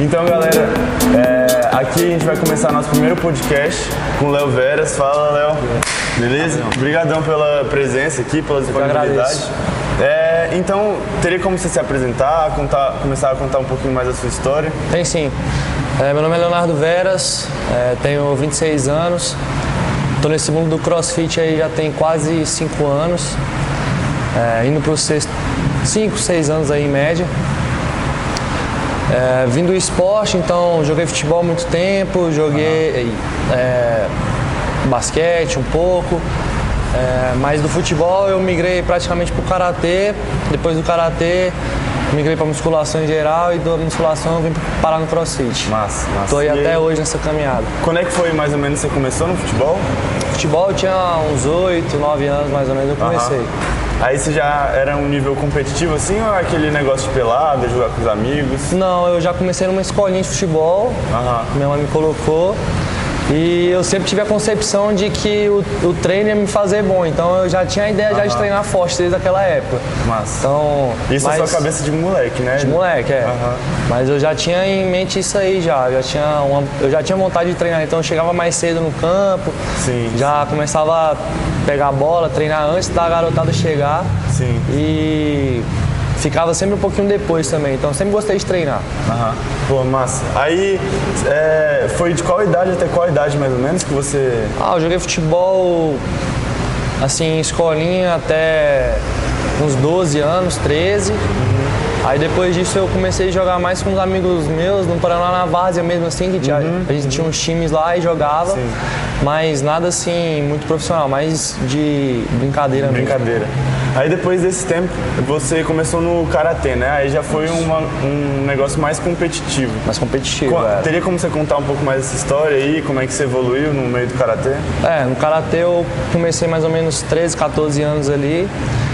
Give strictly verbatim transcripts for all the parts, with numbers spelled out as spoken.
Então, galera, é, aqui a gente vai começar nosso primeiro podcast com o Léo Veras. Fala, Léo. Beleza? Obrigadão pela presença aqui, pela disponibilidade. É, então, teria como você se apresentar, contar, começar a contar um pouquinho mais a sua história? Tem sim. É, meu nome é Leonardo Veras, é, tenho vinte e seis anos, estou nesse mundo do CrossFit aí já tem quase cinco anos, é, indo para os cinco, seis anos aí em média. É, vim do esporte, então joguei futebol há muito tempo, joguei é, basquete um pouco, é, mas do futebol eu migrei praticamente para o karatê. Depois do karatê migrei para musculação em geral e da musculação eu vim parar no CrossFit. Massa, massa. Estou aí e até aí, hoje nessa caminhada. Quando é que foi mais ou menos que você começou no futebol? Futebol eu tinha uns oito, nove anos mais ou menos eu comecei. Aham. Aí você já era um nível competitivo assim ou aquele negócio de pelada, jogar com os amigos? Não, eu já comecei numa escolinha de futebol, Aham. minha mãe me colocou. E eu sempre tive a concepção de que o, o treino ia me fazer bom, então eu já tinha a ideia já de treinar forte desde aquela época. Massa. Então, Isso mas, é sua cabeça de moleque, né? De moleque, é. Aham. Mas eu já tinha em mente isso aí já, eu já tinha, uma, eu já tinha vontade de treinar, então eu chegava mais cedo no campo, Sim. já começava a pegar a bola, treinar antes da garotada chegar. Sim. E ficava sempre um pouquinho depois também, então eu sempre gostei de treinar. Aham. Pô, massa. Aí, é, foi de qual idade até qual idade mais ou menos que você... Ah, eu joguei futebol, assim, em escolinha até uns doze anos, treze. Uhum. Aí depois disso eu comecei a jogar mais com uns amigos meus, no Paraná, na Várzea mesmo assim, que tinha, Uhum. a gente tinha uns times lá e jogava. Sim. Mas nada assim, muito profissional, mais de brincadeira mesmo. Brincadeira. Aí depois desse tempo, você começou no karatê, né? Aí já foi uma, um negócio mais competitivo. Mais competitivo, Co- é. Teria como você contar um pouco mais dessa história aí? Como é que você evoluiu no meio do karatê? É, no karatê eu comecei mais ou menos treze, quatorze anos ali.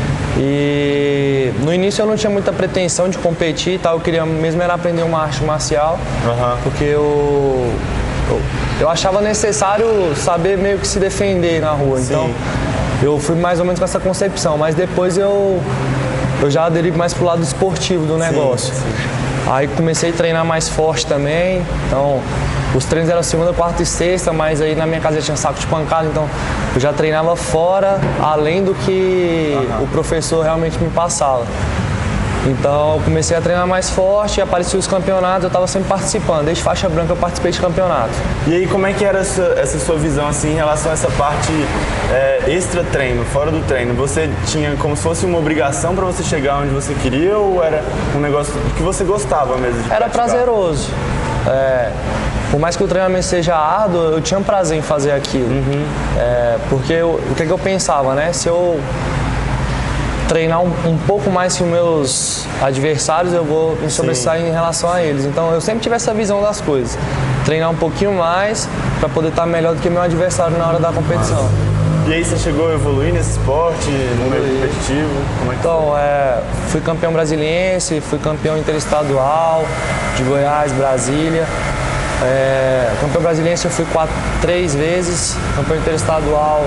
E no início eu não tinha muita pretensão de competir e tal, eu queria mesmo era aprender uma arte marcial, Aham. porque eu, eu, eu achava necessário saber meio que se defender na rua. Sim. Então eu fui mais ou menos com essa concepção, mas depois eu, eu já aderi mais pro lado esportivo do negócio. Sim, sim. Aí comecei a treinar mais forte também, então os treinos eram segunda, quarta e sexta, mas aí na minha casa já tinha saco de pancada, então eu já treinava fora, além do que Aham. o professor realmente me passava. Então eu comecei a treinar mais forte, apareciam os campeonatos, eu estava sempre participando, desde faixa branca eu participei de campeonato. E aí, como é que era essa, essa sua visão assim em relação a essa parte é, extra treino, fora do treino? Você tinha como se fosse uma obrigação para você chegar onde você queria ou era um negócio que você gostava mesmo de Era praticar? prazeroso. É, por mais que o treinamento seja árduo, eu tinha um prazer em fazer aquilo. Uhum. É, porque eu, o que, que eu pensava, né? Se eu treinar um, um pouco mais que os meus adversários, eu vou me sobressair em relação a eles. Então eu sempre tive essa visão das coisas. Treinar um pouquinho mais para poder estar melhor do que meu adversário na hora da competição. E aí você chegou a evoluir nesse esporte, no meio competitivo? Como é que Então, é, fui campeão brasiliense, fui campeão interestadual de Goiás, Brasília. É, campeão brasiliense eu fui quatro, três vezes, campeão interestadual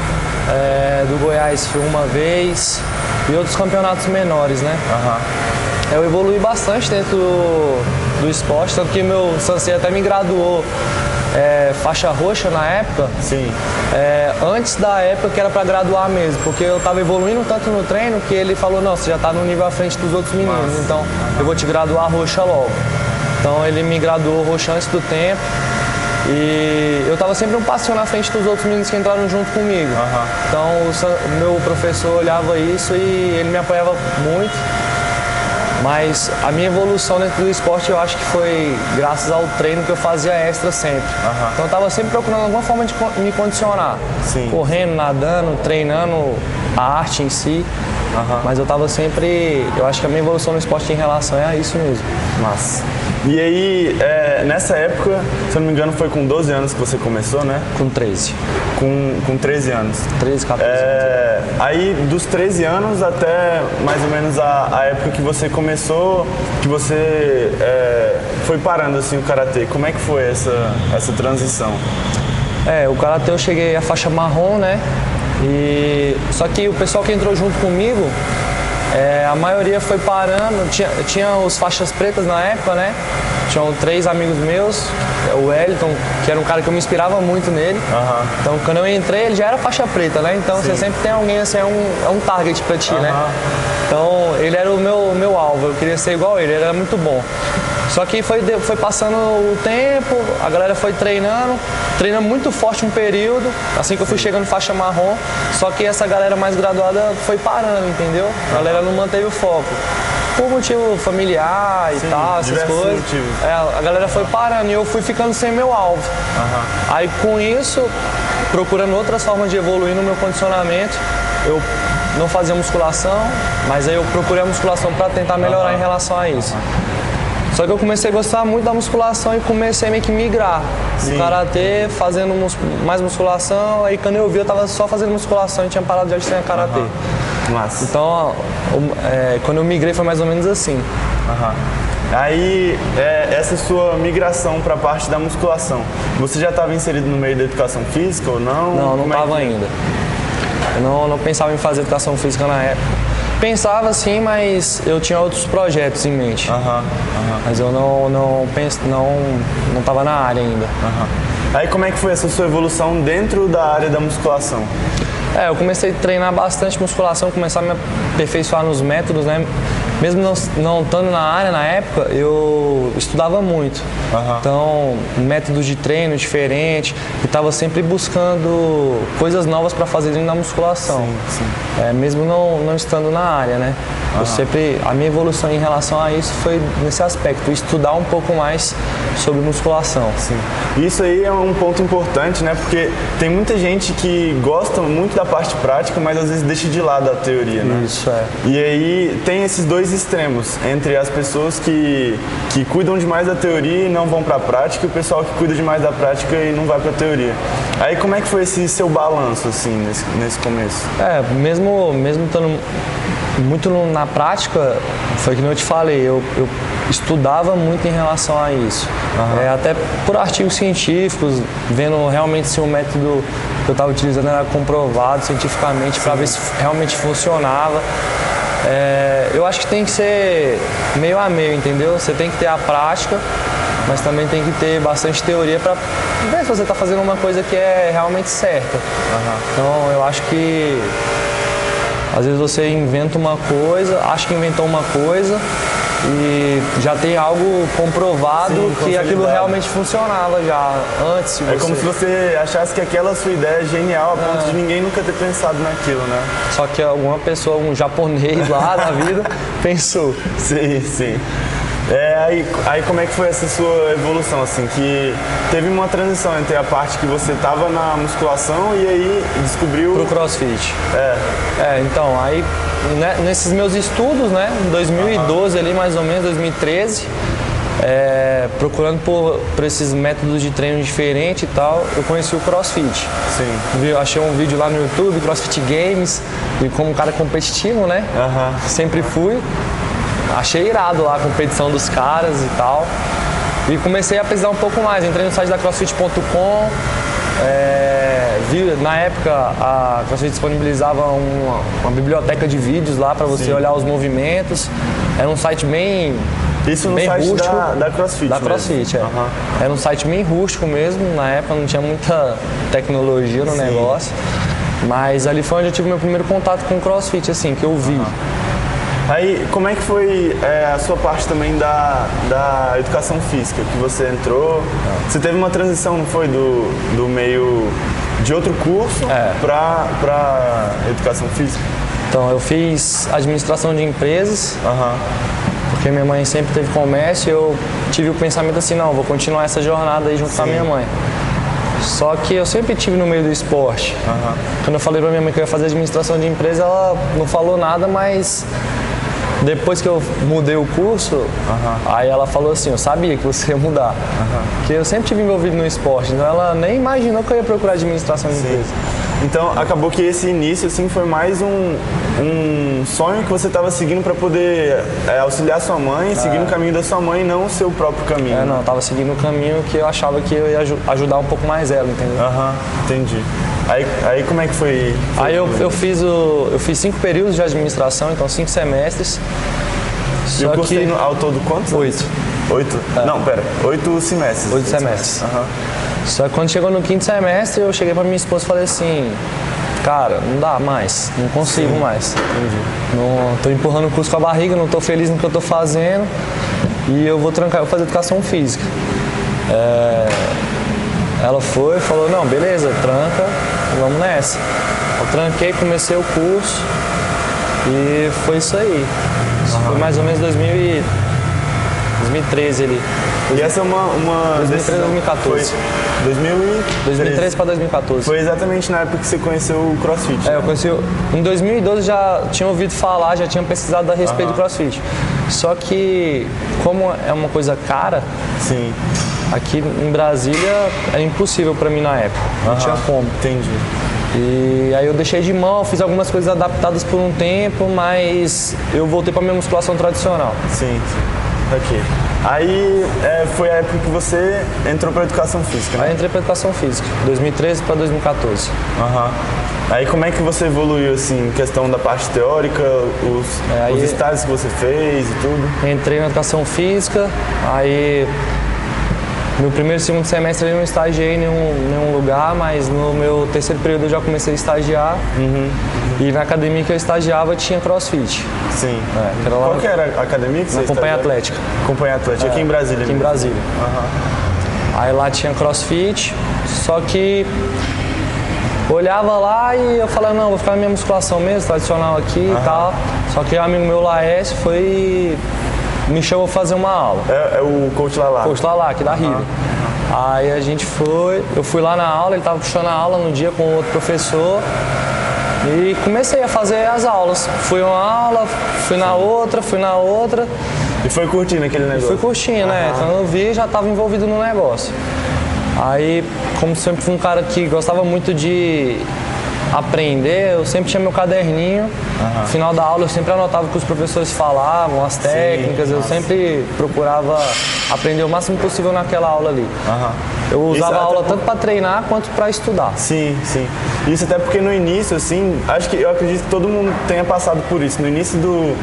é, do Goiás fui uma vez e outros campeonatos menores, né? Aham. Eu evolui bastante dentro do, do esporte, tanto que meu sensei até me graduou é, faixa roxa na época. Sim. É, antes da época que era para graduar mesmo, porque eu estava evoluindo tanto no treino que ele falou, não, você já está no nível à frente dos outros meninos, Massa. então eu vou te graduar roxa logo. Então ele me graduou roxa antes do tempo e eu estava sempre um passinho na frente dos outros meninos que entraram junto comigo. Aham. Então o, san- o meu professor olhava isso e ele me apoiava muito. Mas a minha evolução dentro do esporte eu acho que foi graças ao treino que eu fazia extra sempre. Aham. Então eu estava sempre procurando alguma forma de con- me condicionar. Sim. Correndo, nadando, treinando a arte em si. Aham. Mas eu estava sempre... Eu acho que a minha evolução no esporte em relação é a isso mesmo. Massa. E aí, é, nessa época, se eu não me engano, foi com doze anos que você começou, né? Com treze. Com, com treze anos. treze, quatorze anos. É, aí, dos treze anos até mais ou menos a, a época que você começou, que você é, foi parando assim o karatê, como é que foi essa, essa transição? É, o karatê eu cheguei à faixa marrom, né? E só que o pessoal que entrou junto comigo, é, a maioria foi parando, tinha, tinha os faixas pretas na época, né? tinham três amigos meus, o Wellington, que era um cara que eu me inspirava muito nele. Uhum. Então, quando eu entrei, ele já era faixa preta, né? Então, Sim. você sempre tem alguém, assim, é um, é um target pra ti, uhum. né? Então, ele era o meu, meu alvo, eu queria ser igual ele, ele era muito bom. Só que foi, foi passando o tempo, a galera foi treinando, treinando muito forte um período, assim que eu fui chegando faixa marrom, só que essa galera mais graduada foi parando, entendeu? A galera não manteve o foco. Por motivo familiar e Sim, tal, essas coisas. É, a galera foi parando e eu fui ficando sem meu alvo. Uhum. Aí com isso, procurando outras formas de evoluir no meu condicionamento, eu não fazia musculação, mas aí eu procurei a musculação para tentar melhorar uhum. em relação a isso. Uhum. Só que eu comecei a gostar muito da musculação e comecei meio que migrar do karatê, fazendo mus mais musculação. Aí quando eu vi, eu tava só fazendo musculação e tinha parado de treinar karatê. Uhum. Massa. Então, é, quando eu migrei foi mais ou menos assim. Uhum. Aí, é, essa sua migração para a parte da musculação, você já estava inserido no meio da educação física ou não? Não, não estava é ainda. Eu não, não pensava em fazer educação física na época. Pensava sim, mas eu tinha outros projetos em mente. Uhum, uhum. Mas eu não não pens, não não estava na área ainda. Uhum. Aí como é que foi essa sua evolução dentro da área da musculação? É, eu comecei a treinar bastante musculação, começar a me aperfeiçoar nos métodos, né? Mesmo não, não estando na área na época, eu estudava muito. Uhum. Então, métodos de treino diferentes, e estava sempre buscando coisas novas para fazer dentro da musculação. Sim, sim. É, mesmo não, não estando na área, né? Uhum. Eu sempre, a minha evolução em relação a isso foi nesse aspecto, estudar um pouco mais sobre musculação. Sim. Isso aí é um ponto importante, né? Porque tem muita gente que gosta muito da parte prática, mas às vezes deixa de lado a teoria, né? Isso, é. E aí tem esses dois extremos, entre as pessoas que, que cuidam demais da teoria e não vão para a prática, e o pessoal que cuida demais da prática e não vai para a teoria. Aí como é que foi esse seu balanço, assim, nesse, nesse começo? É, mesmo, mesmo estando muito na prática, foi que eu te falei, eu, eu estudava muito em relação a isso. Uhum. É, até por artigos científicos, vendo realmente se o método que eu estava utilizando era comprovado cientificamente para ver se realmente funcionava. É, eu acho que tem que ser meio a meio, entendeu? Você tem que ter a prática, mas também tem que ter bastante teoria para ver se você está fazendo uma coisa que é realmente certa. Uhum. Então eu acho que às vezes você inventa uma coisa, acha que inventou uma coisa e já tem algo comprovado Sim, que aquilo realmente funcionava já antes de você. É como se você achasse que aquela sua ideia é genial a ponto é. de ninguém nunca ter pensado naquilo, né? Só que alguma pessoa, um japonês lá da vida, pensou. Sim, sim. É, aí, aí como é que foi essa sua evolução, assim, que teve uma transição entre a parte que você estava na musculação e aí descobriu... Pro CrossFit. É. É, então, aí né, nesses meus estudos, né, em dois mil e doze ali mais ou menos, dois mil e treze, é, procurando por, por esses métodos de treino diferentes e tal, eu conheci o CrossFit. Sim. Eu achei um vídeo lá no YouTube, CrossFit Games, e como um cara competitivo, né, uhum. sempre fui. Achei irado lá a competição dos caras e tal. E comecei a pesquisar um pouco mais. Entrei no site da crossfit ponto com. É, vi, na época a CrossFit disponibilizava uma, uma biblioteca de vídeos lá para você Sim. olhar os movimentos. Era um site bem Isso no bem site rústico, da, da CrossFit Da CrossFit, é. Uhum. Era um site bem rústico mesmo. Na época não tinha muita tecnologia no Sim. negócio. Mas ali foi onde eu tive meu primeiro contato com o CrossFit, assim, que eu vi. Uhum. Aí, como é que foi é, a sua parte também da, da educação física, que você entrou? Você teve uma transição, não foi? Do, do meio de outro curso é. para educação física? Então, eu fiz administração de empresas, uhum. porque minha mãe sempre teve comércio e eu tive o pensamento assim, não, vou continuar essa jornada aí junto Sim. com a minha mãe. Só que eu sempre estive no meio do esporte. Uhum. Quando eu falei pra minha mãe que eu ia fazer administração de empresa, ela não falou nada, mas depois que eu mudei o curso, uhum. aí ela falou assim, eu sabia que você ia mudar. Uhum. Porque eu sempre estive envolvido no esporte, então ela nem imaginou que eu ia procurar administração de Sim. empresa. Então acabou que esse início assim, foi mais um, um sonho que você estava seguindo para poder é, auxiliar sua mãe, é. seguir o caminho da sua mãe e não o seu próprio caminho. É, não, eu estava seguindo o caminho que eu achava que eu ia ajudar um pouco mais ela, entendeu? Aham, uhum, entendi. Aí, aí como é que foi? foi aí eu, eu, fiz o, eu fiz cinco períodos de administração, então cinco semestres. E o curso que... tem ao todo quantos? Oito. Oito? É. Não, pera. Oito semestres. Oito semestres. Uhum. Só que quando chegou no quinto semestre, eu cheguei pra minha esposa e falei assim, cara, não dá mais, não consigo Sim. mais. Entendi. Não, tô empurrando o curso com a barriga, não tô feliz no que eu tô fazendo e eu vou trancar, eu vou fazer educação física. É, ela foi e falou, não, beleza, tranca, vamos nessa. Eu tranquei, comecei o curso e foi isso aí. Isso uhum. foi mais ou menos dois mil e treze ali. E essa é uma, uma dois mil e treze, dois mil e quatorze. Foi dois mil e treze. dois mil e treze para dois mil e quatorze. Foi exatamente na época que você conheceu o CrossFit. É, né? eu conheci. Em dois mil e doze já tinha ouvido falar, já tinha pesquisado a respeito uhum. do CrossFit. Só que, como é uma coisa cara, Sim. aqui em Brasília era impossível para mim na época. Não uhum. tinha como. Entendi. E aí eu deixei de mão, fiz algumas coisas adaptadas por um tempo, mas eu voltei para minha musculação tradicional. Sim, sim. Aqui. Aí é, foi a época que você entrou para educação física, né? Aí entrei para educação física, dois mil e treze para dois mil e quatorze. Aham. Uhum. Aí como é que você evoluiu, assim, questão da parte teórica, os, é, aí, os estágios que você fez e tudo? Entrei na educação física, aí no primeiro e segundo semestre eu não estagiei em nenhum, nenhum lugar, mas no meu terceiro período eu já comecei a estagiar. Uhum. E na academia que eu estagiava tinha CrossFit. Sim. É, que era lá Qual que era a academia que você Na Companhia Atlética. Companhia Atlética, é, aqui em Brasília. Aqui em Brasília. Uhum. Aí lá tinha CrossFit, só que olhava lá e eu falava, não, vou ficar na minha musculação mesmo, tradicional aqui uhum. e tal. Só que o amigo meu Laércio foi... me chamou pra fazer uma aula. É, é o coach Lalá. Coach Lalá, aqui da Rio. Uhum. Aí a gente foi, eu fui lá na aula, ele tava puxando a aula no dia com outro professor e comecei a fazer as aulas. Fui uma aula, fui na outra, fui na outra. E foi curtindo aquele negócio? Fui curtindo, uhum. né? Quando eu vi, já tava envolvido no negócio. Aí, como sempre fui um cara que gostava muito de aprender, eu sempre tinha meu caderninho. Uhum. No final da aula eu sempre anotava o que os professores falavam, as técnicas. Sim, eu sempre procurava aprender o máximo possível naquela aula ali. Uhum. Eu usava a aula tanto para treinar quanto para estudar. Sim, sim. Isso até porque no início, assim, acho que eu acredito que todo mundo tenha passado por isso. No início do,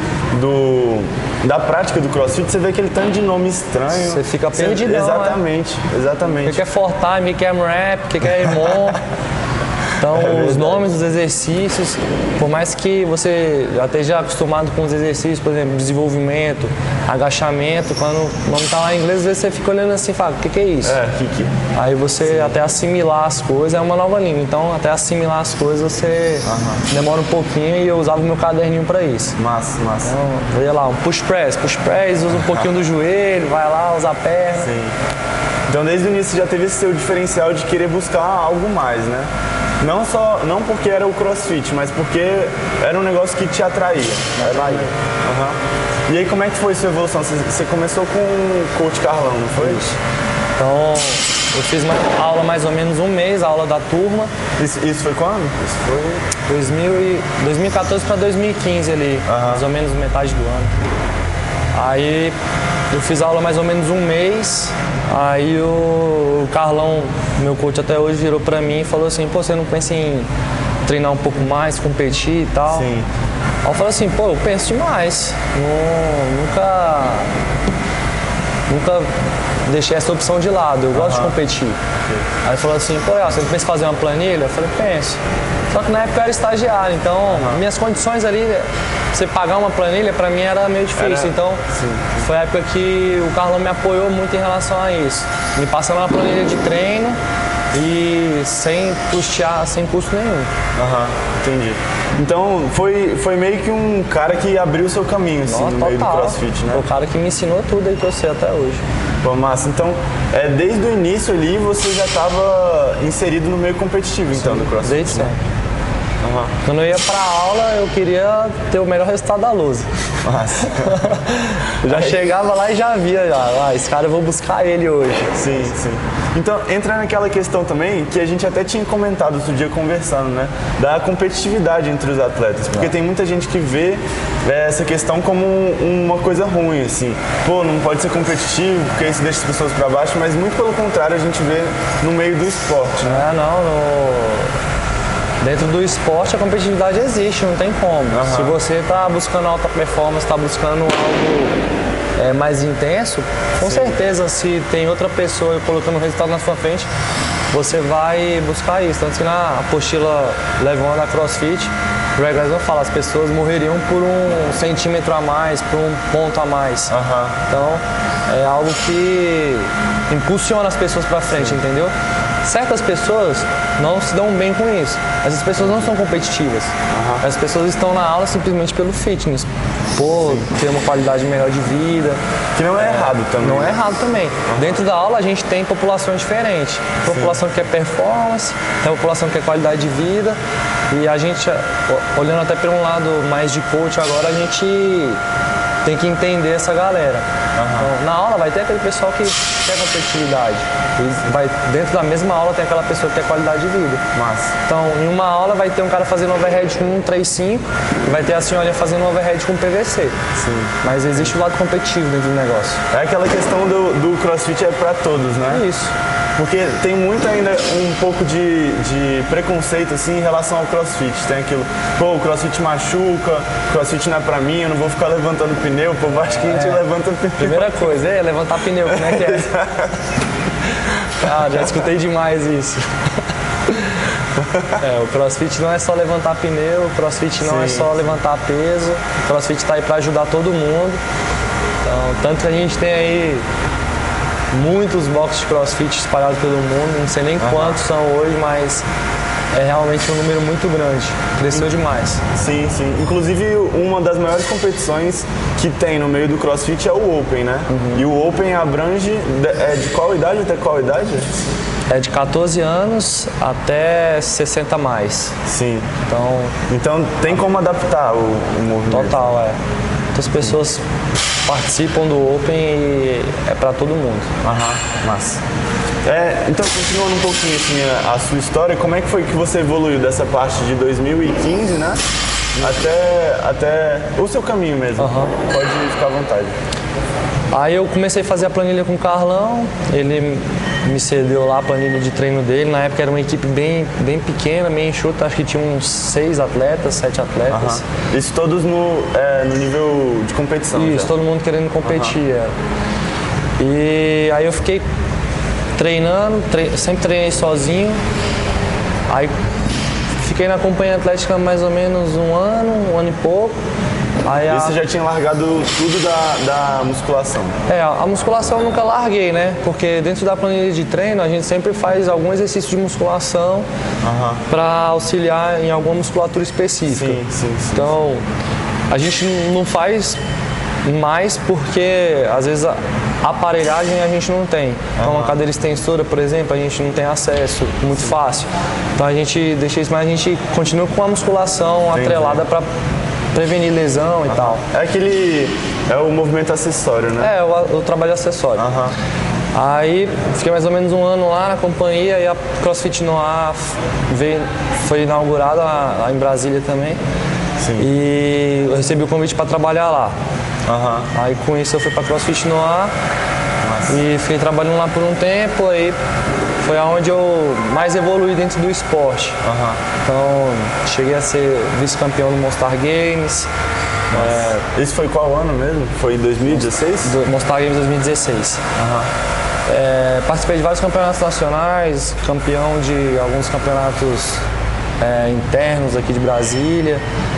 do da prática do CrossFit, você vê aquele tanto de nome estranho. Você fica perdidão, Exatamente, né? exatamente. O que é Fortime, o que é AMRAP, o que é EMON. Então, é os nomes dos exercícios, por mais que você já esteja acostumado com os exercícios, por exemplo, desenvolvimento, agachamento, quando o nome está lá em inglês, às vezes você fica olhando assim e fala, o que, que é isso? É, que que... Aí você, Sim. até assimilar as coisas, é uma nova língua. Então, até assimilar as coisas, você uhum. demora um pouquinho e eu usava o meu caderninho para isso. Massa, massa. Então, eu ia lá, um push press, push press, usa um pouquinho do joelho, vai lá, usa a perna. Sim. Então, desde o início já teve esse seu diferencial de querer buscar algo mais, né? Não só, não porque era o CrossFit, mas porque era um negócio que te atraía. Atraía. Uhum. E aí como é que foi a sua evolução? Você, você começou com o coach Carlão, não foi? Isso. Então, eu fiz uma aula mais ou menos um mês, a aula da turma. Isso, isso foi quando? Isso foi dois mil e, dois mil e quatorze para dois mil e quinze ali, uhum. mais ou menos metade do ano. Aí eu fiz a aula mais ou menos um mês, aí o Carlão, meu coach até hoje, virou pra mim e falou assim, pô, você não pensa em treinar um pouco mais, competir e tal? Sim. Aí eu falei assim, pô, eu penso demais, não, nunca, nunca deixei essa opção de lado, eu gosto uhum. de competir. Okay. Aí ele falou assim, pô, você não pensa em fazer uma planilha? Eu falei, penso. Só que na época eu era estagiário, então uhum. minhas condições ali, você pagar uma planilha, pra mim era meio difícil. Era... Então Sim. foi a época que o Carlão me apoiou muito em relação a isso. Me passando uma planilha de treino e sem custear, sem custo nenhum. Aham, uhum, entendi. Então foi, foi meio que um cara que abriu o seu caminho, assim, Nossa, no meio total. do CrossFit, né? Foi o cara que me ensinou tudo aí que eu sei até hoje. Pô, massa. Então, é, desde o início ali, você já estava inserido no meio competitivo, então, Sim, do CrossFit? Desde sempre. Né? Uhum. Quando eu ia pra aula, eu queria ter o melhor resultado da lousa. Nossa. Eu já Aí... chegava lá e já via, já, ah, esse cara eu vou buscar ele hoje. Sim, sim. Então, entra naquela questão também, que a gente até tinha comentado outro dia conversando, né? Da competitividade entre os atletas. Porque ah. tem muita gente que vê é, essa questão como uma coisa ruim, assim. Pô, não pode ser competitivo, porque isso deixa as pessoas pra baixo, mas muito pelo contrário a gente vê no meio do esporte, né? É, não, no... Dentro do esporte a competitividade existe, não tem como. Uhum. Se você está buscando alta performance, está buscando algo é mais intenso, com Sim. certeza, se tem outra pessoa colocando o resultado na sua frente, você vai buscar isso. Tanto que na apostila Level um da CrossFit, o Greg Lesnar fala, as pessoas morreriam por um centímetro a mais, por um ponto a mais. Uhum. Então, é algo que impulsiona as pessoas para frente, Sim. entendeu? Certas pessoas não se dão bem com isso. Essas pessoas não são competitivas. Uhum. As pessoas estão na aula simplesmente pelo fitness, por Sim. ter uma qualidade melhor de vida. Que não é, é errado também. Não é errado também. Uhum. Dentro da aula a gente tem populações diferentes. Tem população que quer performance, tem população que quer qualidade de vida. E a gente, olhando até por um lado mais de coach agora, a gente tem que entender essa galera. Uhum. Então, na aula vai ter aquele pessoal que quer competitividade. E vai, dentro da mesma aula tem aquela pessoa que quer qualidade de vida. Massa. Então, em uma aula vai ter um cara fazendo overhead com um três cinco e vai ter a senhora fazendo overhead com P V C. Sim. Mas existe o lado competitivo dentro do negócio. É aquela questão do, do CrossFit é pra todos, né? Isso. Porque tem muito ainda um pouco de, de preconceito assim em relação ao CrossFit. Tem aquilo, pô, o CrossFit machuca, o CrossFit não é pra mim, eu não vou ficar levantando pneu, pô, acho que a gente é. levanta pneu. Primeira coisa, é levantar pneu, como é que é? Ah, já escutei demais isso. É, o CrossFit não é só levantar pneu, o CrossFit não Sim. é só levantar peso, o CrossFit tá aí pra ajudar todo mundo. Então, tanto que a gente tem aí muitos boxes de CrossFit espalhados pelo mundo, não sei nem uhum. quantos são hoje, mas é realmente um número muito grande, cresceu demais. Sim, sim. Inclusive, uma das maiores competições que tem no meio do CrossFit é o Open, né? Uhum. E o Open abrange de, é de qual idade até qual idade? É de quatorze anos até sessenta mais. Sim. Então, então tem como adaptar o, o movimento? Total, é. Muitas pessoas participam do Open e é para todo mundo. Aham, massa. É, então, continuando um pouquinho assim, a, a sua história, como é que foi que você evoluiu dessa parte de dois mil e quinze, né? Até, até o seu caminho mesmo. Uhum. Pode ficar à vontade. Aí eu comecei a fazer a planilha com o Carlão, ele me cedeu lá a planilha de treino dele. Na época era uma equipe bem, bem pequena, meio enxuta, acho que tinha uns seis atletas, sete atletas. Uhum. Isso todos no, é, no nível de competição? Isso, já. todo mundo querendo competir. Uhum. É. E aí eu fiquei treinando, tre... sempre treinei sozinho. Aí fiquei na companhia atlética mais ou menos um ano, um ano e pouco. Aí e a... você já tinha largado tudo da, da musculação? É, a musculação eu nunca larguei, né? Porque dentro da planilha de treino a gente sempre faz algum exercício de musculação uhum. para auxiliar em alguma musculatura específica. Sim, sim, sim. Então, a gente não faz mais porque às vezes a aparelhagem a gente não tem. Então, uma cadeira extensora, por exemplo, a gente não tem acesso muito fácil. Então a gente deixa isso, mas a gente continua com a musculação Entendi. atrelada para prevenir lesão e uhum. tal. É aquele, é o movimento acessório, né? É, o, o trabalho acessório. Uhum. Aí fiquei mais ou menos um ano lá na companhia e a CrossFit Noir veio, foi inaugurada lá em Brasília também. Sim. E eu recebi o convite para trabalhar lá. Uhum. Aí com isso eu fui para CrossFit Noir e fiquei trabalhando lá por um tempo. Aí foi aonde eu mais evoluí dentro do esporte. Uhum. Então cheguei a ser vice-campeão do Monstar Games. É... Esse foi qual ano mesmo? Foi em dois mil e dezesseis? Do Monstar Games dois mil e dezesseis. Uhum. É, participei de vários campeonatos nacionais, campeão de alguns campeonatos é, internos aqui de Brasília.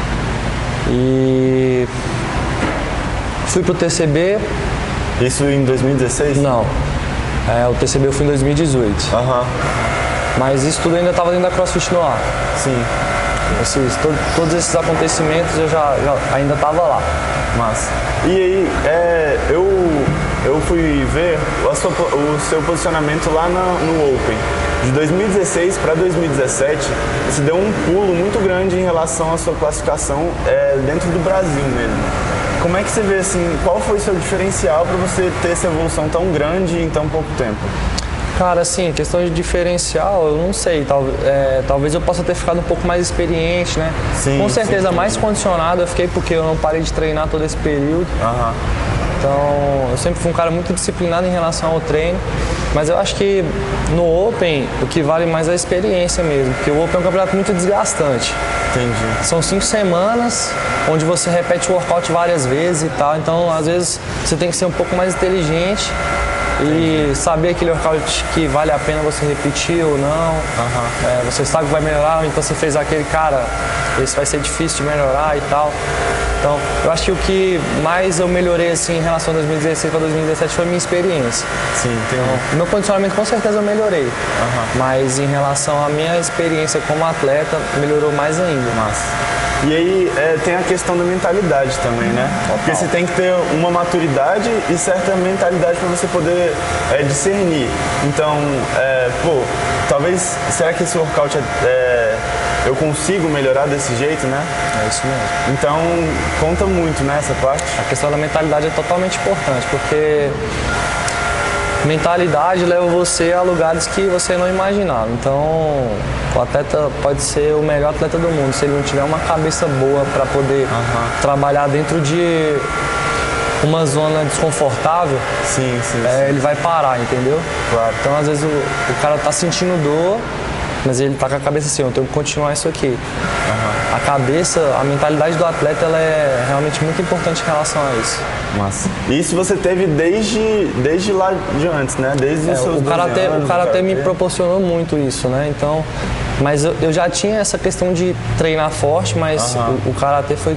E fui pro T C B. Isso em dois mil e dezesseis? Não. É, o T C B eu fui em dois mil e dezoito. Uhum. Mas isso tudo ainda estava dentro da CrossFit Noir. Sim. Esses, to, todos esses acontecimentos eu já, já ainda estava lá. Massa. E aí, é, eu, eu fui ver a sua, o seu posicionamento lá no, no Open. De dois mil e dezesseis para dois mil e dezessete, você deu um pulo muito grande em relação à sua classificação é, dentro do Brasil mesmo. Como é que você vê, assim, qual foi o seu diferencial para você ter essa evolução tão grande em tão pouco tempo? Cara, assim, questão de diferencial, eu não sei, tal, é, talvez eu possa ter ficado um pouco mais experiente, né? Sim, Com certeza, sim, sim. mais condicionado eu fiquei porque eu não parei de treinar todo esse período. Uhum. Então, eu sempre fui um cara muito disciplinado em relação ao treino, mas eu acho que no Open o que vale mais é a experiência mesmo, porque o Open é um campeonato muito desgastante. Entendi. São cinco semanas onde você repete o workout várias vezes e tal. Então, às vezes, você tem que ser um pouco mais inteligente e saber aquele workout que vale a pena você repetir ou não. Uhum. É, você sabe que vai melhorar, então você fez aquele, cara, esse vai ser difícil de melhorar e tal. Então, eu acho que o que mais eu melhorei assim, em relação a dois mil e dezesseis para dois mil e dezessete foi a minha experiência. Sim, entendi. Então, meu condicionamento com certeza eu melhorei. Uhum. Mas em relação à minha experiência como atleta, melhorou mais ainda. Massa. E aí é, tem a questão da mentalidade também, né? Total. Porque você tem que ter uma maturidade e certa mentalidade para você poder é, discernir. Então, é, pô, talvez, será que esse workout é, é, eu consigo melhorar desse jeito, né? É isso mesmo. Então, conta muito, né, essa parte? A questão da mentalidade é totalmente importante, porque mentalidade leva você a lugares que você não imaginava. Então, o atleta pode ser o melhor atleta do mundo. Se ele não tiver uma cabeça boa para poder uhum. trabalhar dentro de uma zona desconfortável, sim, sim, é, sim. ele vai parar, entendeu? Claro. Então, às vezes, o, o cara tá sentindo dor, mas ele tá com a cabeça assim, eu tenho que continuar isso aqui. Uhum. A cabeça, a mentalidade do atleta, ela é realmente muito importante em relação a isso. Massa. E isso você teve desde, desde lá de antes, né? Desde é, os seus o karatê, anos, o karatê me proporcionou muito isso, né? Então, mas eu, eu já tinha essa questão de treinar forte, mas uhum. o, o karatê foi,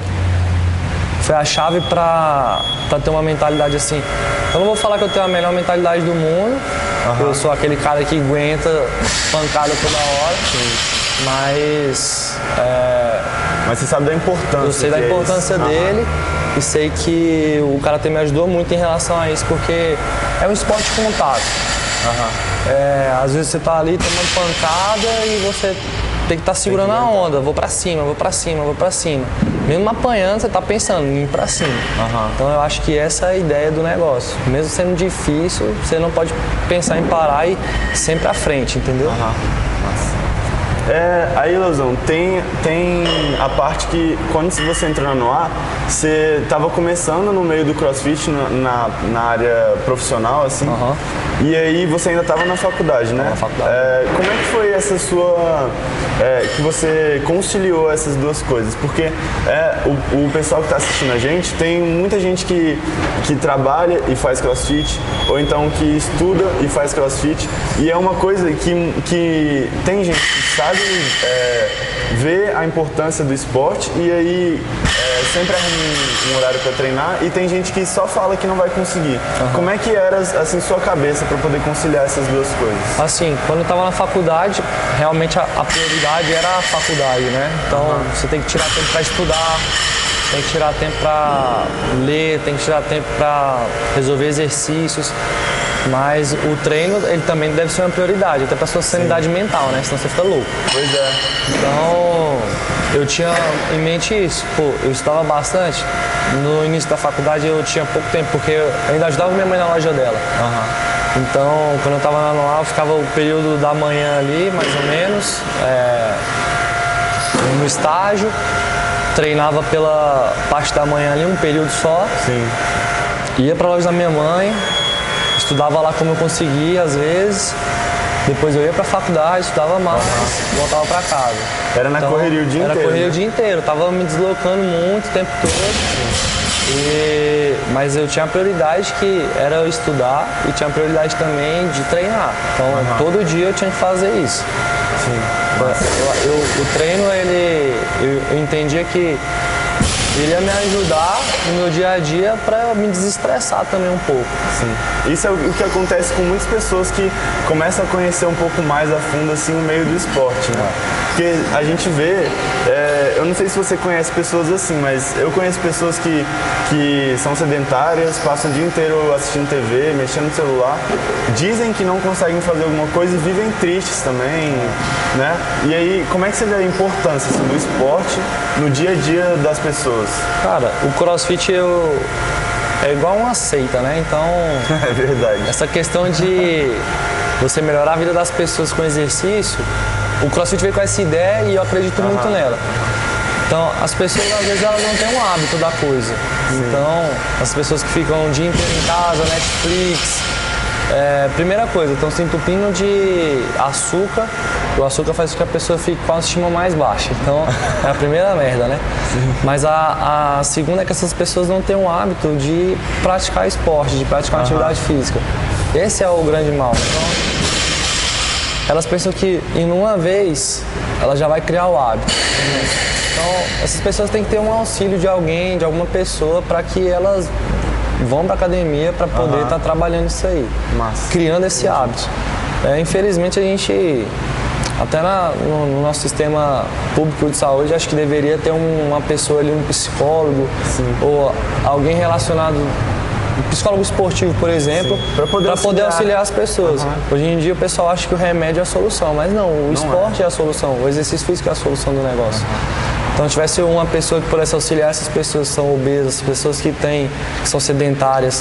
foi a chave para ter uma mentalidade assim. Eu não vou falar que eu tenho a melhor mentalidade do mundo, uhum. eu sou aquele cara que aguenta pancada toda hora, sim. mas... É, mas você sabe da importância. Eu sei da importância é dele. Uhum. E sei que o karatê me ajudou muito em relação a isso, porque é um esporte de contato. Uhum. É, às vezes você tá ali tomando pancada e você tem que estar tá segurando a onda. Vou pra cima, vou pra cima, vou pra cima. Mesmo apanhando, você tá pensando em ir pra cima. Uhum. Então eu acho que essa é a ideia do negócio. Mesmo sendo difícil, você não pode pensar em parar e sempre à frente, entendeu? Uhum. Nossa. É, aí, Leozão, tem, tem a parte que quando você entrou no ar, você estava começando no meio do CrossFit, na, na área profissional, assim, uhum. e aí você ainda estava na faculdade, né? Na faculdade. É, como é que foi essa sua... É, que você conciliou essas duas coisas? Porque é, o, o pessoal que está assistindo a gente, tem muita gente que, que trabalha e faz CrossFit, ou então que estuda e faz CrossFit, e é uma coisa que, que tem gente que sabe É, ver a importância do esporte e aí é, sempre arruma um, um horário para treinar e tem gente que só fala que não vai conseguir. Uhum. Como é que era assim sua cabeça para poder conciliar essas duas coisas? Assim, quando eu estava na faculdade, realmente a, a prioridade era a faculdade, né? Então uhum. você tem que tirar tempo para estudar, tem que tirar tempo para ler, tem que tirar tempo para resolver exercícios. Mas o treino, ele também deve ser uma prioridade, até para sua sanidade Sim. mental, né? Senão você fica louco. Pois é. Então, eu tinha em mente isso. Pô, eu estudava bastante. No início da faculdade eu tinha pouco tempo, porque eu ainda ajudava minha mãe na loja dela. Uhum. Então, quando eu estava na anual, eu ficava o período da manhã ali, mais ou menos, é, no estágio. Treinava pela parte da manhã ali, um período só. Sim. Ia para a loja da minha mãe. Estudava lá como eu conseguia, às vezes. Depois eu ia pra faculdade, estudava mais, uhum. voltava pra casa. Era na então, correria o dia era inteiro? Era correria né? o dia inteiro. Eu tava me deslocando muito o tempo todo. E, mas eu tinha a prioridade que era eu estudar e tinha a prioridade também de treinar. Então, uhum. todo dia eu tinha que fazer isso. Sim. Eu, eu, o treino, ele, eu, eu entendia que ele ia me ajudar no meu dia a dia para me desestressar também um pouco. Sim. Isso é o que acontece com muitas pessoas que começam a conhecer um pouco mais a fundo assim o meio do esporte, né? Porque a gente vê, é, eu não sei se você conhece pessoas assim, mas eu conheço pessoas que, que são sedentárias, passam o dia inteiro assistindo T V, mexendo no celular, dizem que não conseguem fazer alguma coisa e vivem tristes também, né? E aí, como é que você vê a importância assim, do esporte no dia a dia das pessoas? Cara, o CrossFit eu... é igual uma seita, né? Então... é verdade. Essa questão de você melhorar a vida das pessoas com exercício, o CrossFit veio com essa ideia e eu acredito uhum. muito nela. Então, as pessoas, às vezes, elas não têm um hábito da coisa. Sim. Então, as pessoas que ficam o dia inteiro em casa, Netflix, É, primeira coisa, estão se entupindo de açúcar. O açúcar faz com que a pessoa fique com a autoestima mais baixa. Então, é a primeira merda, né? Sim. Mas a, a segunda é que essas pessoas não têm o hábito de praticar esporte, de praticar uma uhum. atividade física. Esse é o grande mal. Então, elas pensam que em uma vez ela já vai criar o hábito. Então, essas pessoas têm que ter um auxílio de alguém, de alguma pessoa, para que elas vão para academia para poder estar uhum. tá trabalhando isso aí, Massa. criando esse hábito. É, infelizmente a gente, até na, no, no nosso sistema público de saúde, acho que deveria ter um, uma pessoa ali, um psicólogo Sim. ou alguém relacionado, um psicólogo esportivo, por exemplo, para poder, poder auxiliar as pessoas. Uhum. Hoje em dia o pessoal acha que o remédio é a solução, mas não, o não esporte é. é a solução, o exercício físico é a solução do negócio. Uhum. Então, se tivesse uma pessoa que pudesse auxiliar essas pessoas que são obesas, pessoas que têm, que são sedentárias,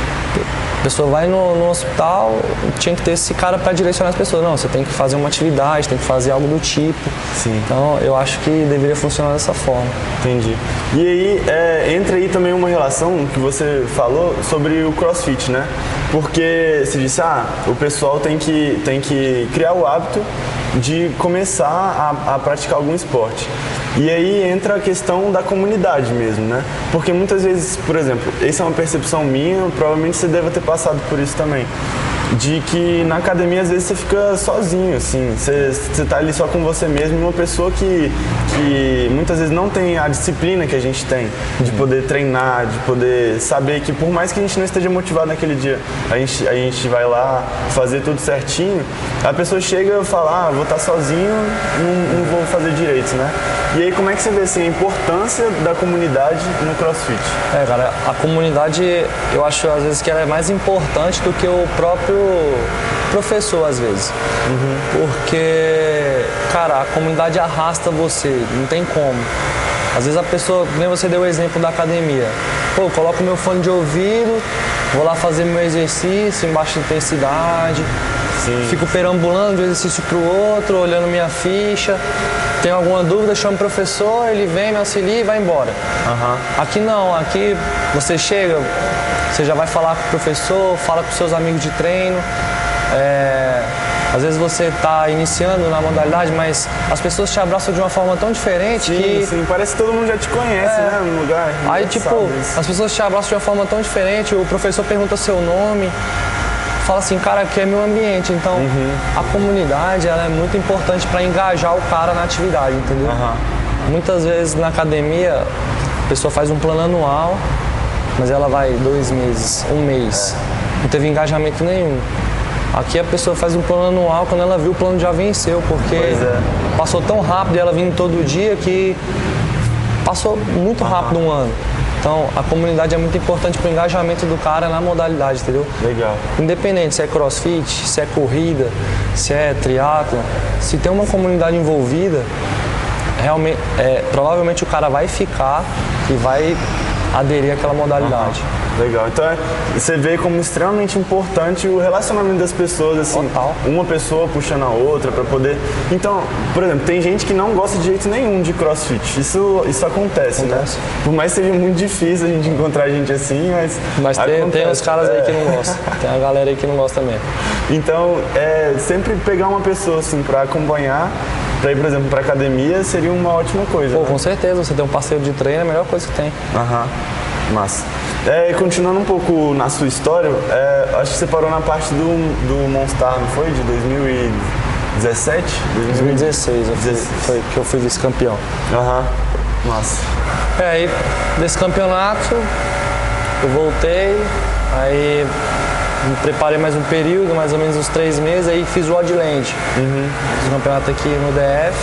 a pessoa vai no, no hospital, tinha que ter esse cara para direcionar as pessoas. Não, você tem que fazer uma atividade, tem que fazer algo do tipo. Sim. Então, eu acho que deveria funcionar dessa forma. Entendi. E aí, é, entra aí também uma relação que você falou sobre o CrossFit, né? Porque você disse, ah, o pessoal tem que, tem que criar o hábito de começar a, a praticar algum esporte. E aí entra a questão da comunidade mesmo, né? Porque muitas vezes, por exemplo, essa é uma percepção minha, provavelmente você deve ter passado por isso também, de que na academia às vezes você fica sozinho, assim, você, você tá ali só com você mesmo, e uma pessoa que, que muitas vezes não tem a disciplina que a gente tem, de poder treinar, de poder saber que por mais que a gente não esteja motivado naquele dia, a gente, a gente vai lá fazer tudo certinho, a pessoa chega e fala, ah, vou estar sozinho, não, não vou fazer direito, né? E aí como é que você vê assim, a importância da comunidade no CrossFit? É, cara, a comunidade eu acho às vezes que ela é mais importante do que o próprio professor às vezes. Uhum. Porque, cara, a comunidade arrasta você, não tem como. Às vezes a pessoa, nem você deu o exemplo da academia. Pô, eu coloco meu fone de ouvido, vou lá fazer meu exercício em baixa intensidade, Sim. fico perambulando de um exercício para o outro, olhando minha ficha. Tem alguma dúvida, chama o professor, ele vem, me auxilia e vai embora. Uhum. Aqui não, aqui você chega, você já vai falar com o professor, fala com seus amigos de treino. É, às vezes você está iniciando na modalidade, mas as pessoas te abraçam de uma forma tão diferente sim, que... Sim, parece que todo mundo já te conhece, é, né, no lugar. Aí, tipo, as pessoas te abraçam de uma forma tão diferente, o professor pergunta seu nome, fala assim, cara, aqui é meu ambiente. Então, uhum. a comunidade ela é muito importante para engajar o cara na atividade, entendeu? Uhum. Muitas vezes na academia, a pessoa faz um plano anual, mas ela vai dois meses, um mês, é. não teve engajamento nenhum. Aqui a pessoa faz um plano anual, quando ela viu o plano já venceu, porque é. passou tão rápido e ela vindo todo dia que passou muito uhum. rápido um ano. Então, a comunidade é muito importante para o engajamento do cara na modalidade, entendeu? Legal. Independente se é crossfit, se é corrida, se é triatlo, se tem uma comunidade envolvida, realmente, é, provavelmente o cara vai ficar e vai aderir àquela modalidade. Uhum. Legal. Então, você vê como extremamente importante o relacionamento das pessoas, assim, Total. uma pessoa puxando a outra para poder... Então, por exemplo, tem gente que não gosta de jeito nenhum de CrossFit. Isso, isso acontece, acontece, né? Por mais que seja muito difícil a gente encontrar gente assim, mas... Mas tem, tem os caras aí que não gostam. Tem a galera aí que não gosta mesmo. Então, é, sempre pegar uma pessoa, assim, para acompanhar, para ir, por exemplo, para academia, seria uma ótima coisa. Pô, né? Com certeza. Você ter um parceiro de treino é a melhor coisa que tem. Aham. Massa. É, continuando um pouco na sua história, é, acho que você parou na parte do, do Monstar, não foi? De dois mil e dezessete? dois mil e dezesseis, eu fui, foi que eu fui vice-campeão. Aham, massa. É, aí desse campeonato eu voltei, aí me preparei mais um período, mais ou menos uns três meses, aí fiz o Oddland. Uhum. Fiz um campeonato aqui no D F,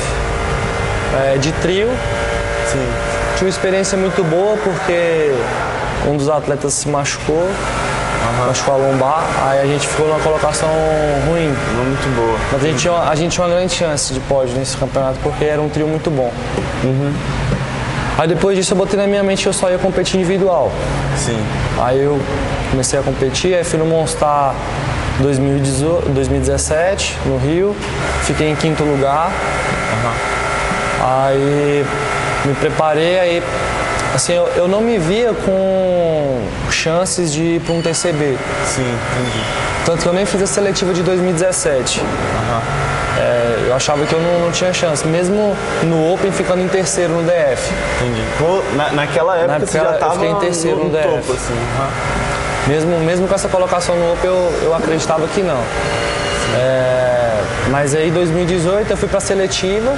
é, de trio. Sim. Tive uma experiência muito boa porque um dos atletas se machucou, uhum. machucou a lombar, aí a gente ficou numa colocação ruim. Não muito boa. Mas a gente, tinha, a gente tinha uma grande chance de pódio nesse campeonato porque era um trio muito bom. Uhum. Aí depois disso eu botei na minha mente que eu só ia competir individual. Sim. Aí eu comecei a competir, aí fui no Monstar dois mil e dezessete, no Rio, fiquei em quinto lugar. Uhum. Aí me preparei, aí assim, eu, eu não me via com chances de ir para um T C B. Sim, entendi. Tanto que eu nem fiz a seletiva de dois mil e dezessete. Aham. É, eu achava que eu não, não tinha chance, mesmo no Open ficando em terceiro no D F. Entendi. Pô, na, naquela época Na você já época, eu estava fiquei em terceiro no, no no D F. topo, assim. Aham. Mesmo, mesmo com essa colocação no Open, eu, eu acreditava que não. É, mas aí em dois mil e dezoito eu fui para a seletiva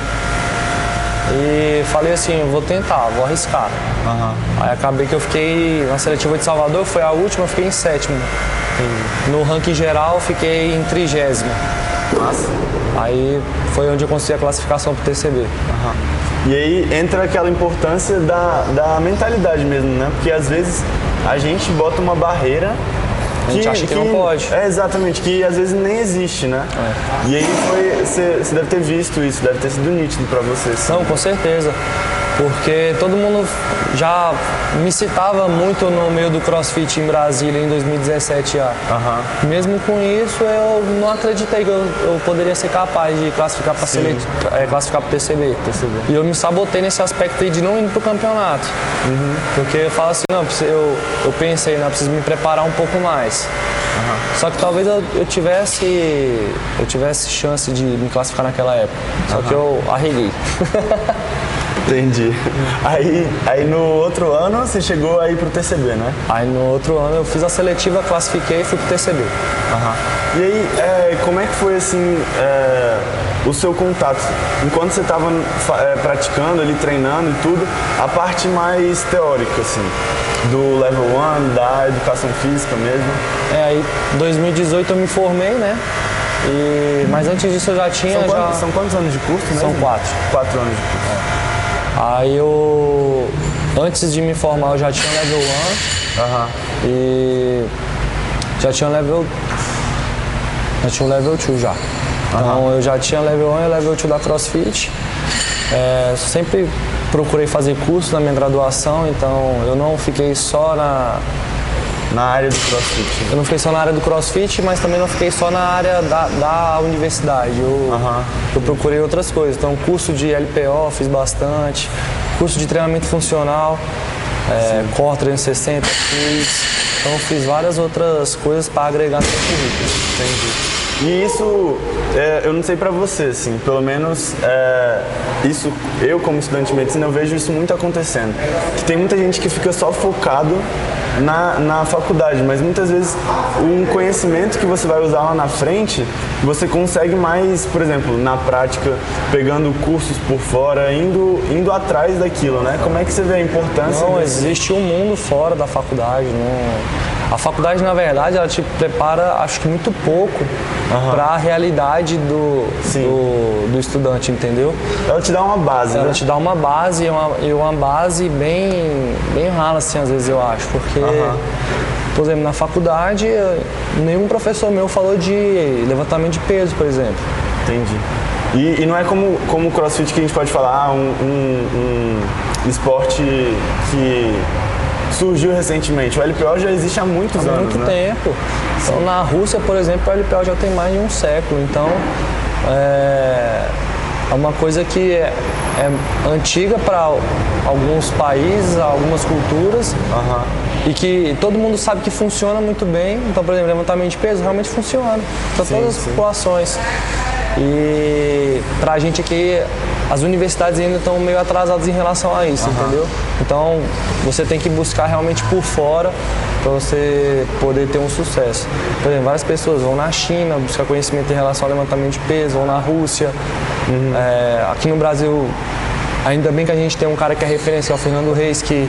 e falei assim, eu vou tentar, vou arriscar. Aham. Aí acabei que eu fiquei na seletiva de Salvador, foi a última, eu fiquei em sétimo. Entendi. No ranking geral, fiquei em trigésimo. Massa. Aí foi onde eu consegui a classificação para o T C B. Aham. E aí entra aquela importância da, da mentalidade mesmo, né? Porque às vezes a gente bota uma barreira A gente acha que não pode. É, exatamente, que às vezes nem existe, né? É. E aí foi, você, você deve ter visto isso, deve ter sido nítido pra você. Assim. Não, com certeza. Porque todo mundo já me citava muito no meio do CrossFit em Brasília em dois mil e dezessete já. Aham. Mesmo com isso, eu não acreditei que eu, eu poderia ser capaz de classificar para sele... é, classificar para o T C B. T C B. E eu me sabotei nesse aspecto aí de não ir para o campeonato. Uhum. Porque eu falo assim, não, eu, eu pensei, não, eu preciso me preparar um pouco mais. Uhum. Só que talvez eu, eu tivesse eu tivesse chance de me classificar naquela época. Só uhum. que eu arreguei. Entendi. Aí, aí no outro ano você chegou aí pro T C B, né? Aí no outro ano eu fiz a seletiva, classifiquei e fui pro T C B. Aham. E aí, é, como é que foi assim é, o seu contato? Enquanto você estava é, praticando ali, treinando e tudo, a parte mais teórica, assim, do level um, da educação física mesmo? É, aí em dois mil e dezoito eu me formei, né? E, mas antes disso eu já tinha. São quantos, já... são quantos anos de curso mesmo? São quatro. Quatro anos de curso. É. Aí eu, antes de me formar, eu já tinha level um Aham. e já tinha level, já tinha level dois já. Então eu já tinha level um e level dois da CrossFit. É, sempre procurei fazer curso na minha graduação, então eu não fiquei só na... Na área do CrossFit. Eu não fiquei só na área do CrossFit, mas também não fiquei só na área da, da universidade. Eu, uhum. eu procurei outras coisas. Então, curso de L P O fiz bastante, curso de treinamento funcional, é, Core trezentos e sessenta fiz. Então, fiz várias outras coisas para agregar no meu currículo. Entendi. E isso, é, eu não sei pra você, assim, pelo menos é, isso, eu como estudante de medicina, eu vejo isso muito acontecendo. Que tem muita gente que fica só focado na, na faculdade, mas muitas vezes um conhecimento que você vai usar lá na frente, você consegue mais, por exemplo, na prática, pegando cursos por fora, indo, indo atrás daquilo, né? Como é que você vê a importância? Não, desse... existe um mundo fora da faculdade, não... A faculdade, na verdade, ela te prepara, acho que muito pouco, uhum. para a realidade do, do, do estudante, entendeu? Ela te dá uma base, Ela né? te dá uma base, e uma, e uma base bem, bem rala, assim, às vezes eu acho, porque, uhum. por exemplo, na faculdade, nenhum professor meu falou de levantamento de peso, por exemplo. Entendi. E, e não é como, como o CrossFit que a gente pode falar, um, um, um esporte que... surgiu recentemente. O L P O já existe há muitos há anos, muito né? tempo. Então, na Rússia, por exemplo, o L P O já tem mais de um século. Então, é, é uma coisa que é, é antiga para alguns países, algumas culturas, uhum. e que todo mundo sabe que funciona muito bem. Então, por exemplo, levantamento de peso realmente funciona para todas as sim. populações. E pra gente aqui, as universidades ainda estão meio atrasadas em relação a isso, uhum. entendeu? Então, você tem que buscar realmente por fora para você poder ter um sucesso. Por exemplo, várias pessoas vão na China buscar conhecimento em relação ao levantamento de peso, vão na Rússia. Uhum. É, aqui no Brasil, ainda bem que a gente tem um cara que é referência, que é o Fernando Reis, que